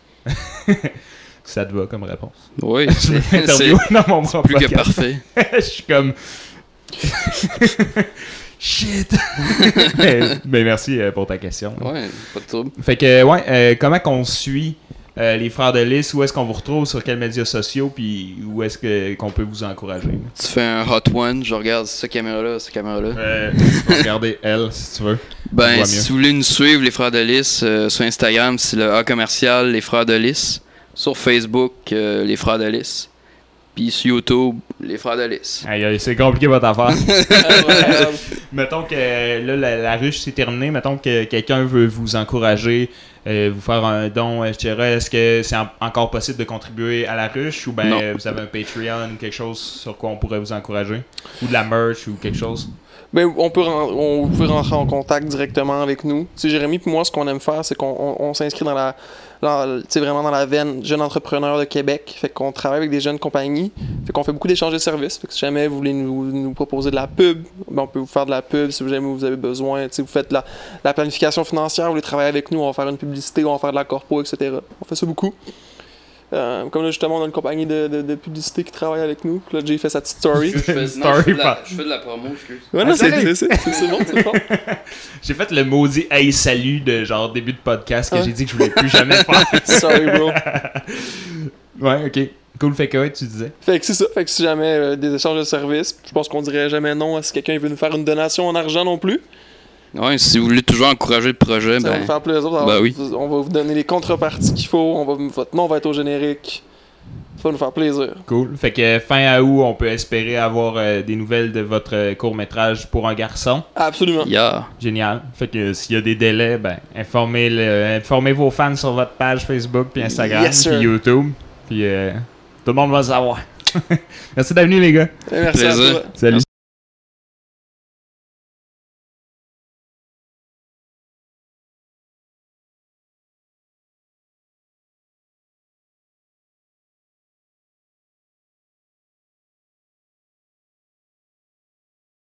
[SPEAKER 1] Ça te va comme réponse?
[SPEAKER 2] Oui,
[SPEAKER 1] Je me fais
[SPEAKER 2] c'est
[SPEAKER 1] interviewer dans mon propre
[SPEAKER 2] plus que
[SPEAKER 1] podcast.
[SPEAKER 2] parfait.
[SPEAKER 1] Je suis comme... Shit! Ben merci pour ta question.
[SPEAKER 2] Ouais, pas de trouble.
[SPEAKER 1] Fait que, ouais, comment qu'on suit les Frères de Lys? Où est-ce qu'on vous retrouve? Sur quels médias sociaux? Puis où est-ce qu'on peut vous encourager?
[SPEAKER 2] Tu fais un hot one, je regarde cette caméra-là, cette caméra-là.
[SPEAKER 1] Je vais regarder elle, si tu veux. On voit
[SPEAKER 2] Ben,
[SPEAKER 1] mieux.
[SPEAKER 2] si vous voulez nous suivre, les Frères de Lys, sur Instagram, c'est le A commercial, les Frères de Lys. Sur Facebook, les Frères de Lys. Puis sur YouTube, les Frères de Lys.
[SPEAKER 1] Aïe, aïe, c'est compliqué votre affaire.
[SPEAKER 3] Incroyable.
[SPEAKER 1] Mettons que là, la ruche c'est terminé. Mettons que quelqu'un veut vous encourager, vous faire un don, etc. Est-ce que c'est encore possible de contribuer à la ruche ou bien vous avez un Patreon, quelque chose sur quoi on pourrait vous encourager? Ou de la merch ou quelque chose?
[SPEAKER 3] Ben, on peut rentrer en contact directement avec nous. T'sais, Jérémy et moi, ce qu'on aime faire, c'est qu'on s'inscrit vraiment dans la veine jeune entrepreneur de Québec. Fait qu'on travaille avec des jeunes compagnies. Fait qu'on fait beaucoup d'échanges de services. Fait que si jamais vous voulez nous proposer de la pub, ben on peut vous faire de la pub si jamais vous avez besoin. T'sais, vous faites la planification financière, vous voulez travailler avec nous, on va faire une publicité, on va faire de la corpo, etc. On fait ça beaucoup. Comme là, justement, on a une compagnie de publicité qui travaille avec nous. Là, Jay fait sa petite story.
[SPEAKER 2] Je fais de la promo, excuse.
[SPEAKER 3] Ouais, non, c'est bon, c'est bon.
[SPEAKER 1] J'ai fait le maudit « Hey, salut » de genre début de podcast que j'ai dit que je voulais plus jamais faire.
[SPEAKER 3] Sorry, bro.
[SPEAKER 1] Ouais, ok. Cool, fait que ouais, tu disais.
[SPEAKER 3] Fait que c'est ça. Fait que si jamais des échanges de services, je pense qu'on dirait jamais non si quelqu'un veut nous faire une donation en argent non plus.
[SPEAKER 2] Ouais, si vous voulez toujours encourager le projet,
[SPEAKER 3] Ça va nous faire plaisir.
[SPEAKER 2] oui.
[SPEAKER 3] On va vous donner les contreparties qu'il faut. Votre nom va être au générique. Ça va nous faire plaisir.
[SPEAKER 1] Cool. Fait que fin août, on peut espérer avoir des nouvelles de votre court-métrage pour un garçon.
[SPEAKER 3] Absolument.
[SPEAKER 2] Yeah.
[SPEAKER 1] Génial. Fait que s'il y a des délais, ben informez vos fans sur votre page Facebook, puis Instagram,
[SPEAKER 3] Yes,
[SPEAKER 1] puis YouTube. Puis tout le monde va le savoir. Merci d'être venu, les gars.
[SPEAKER 3] Merci
[SPEAKER 2] Plaisir.
[SPEAKER 3] à toi.
[SPEAKER 1] Salut.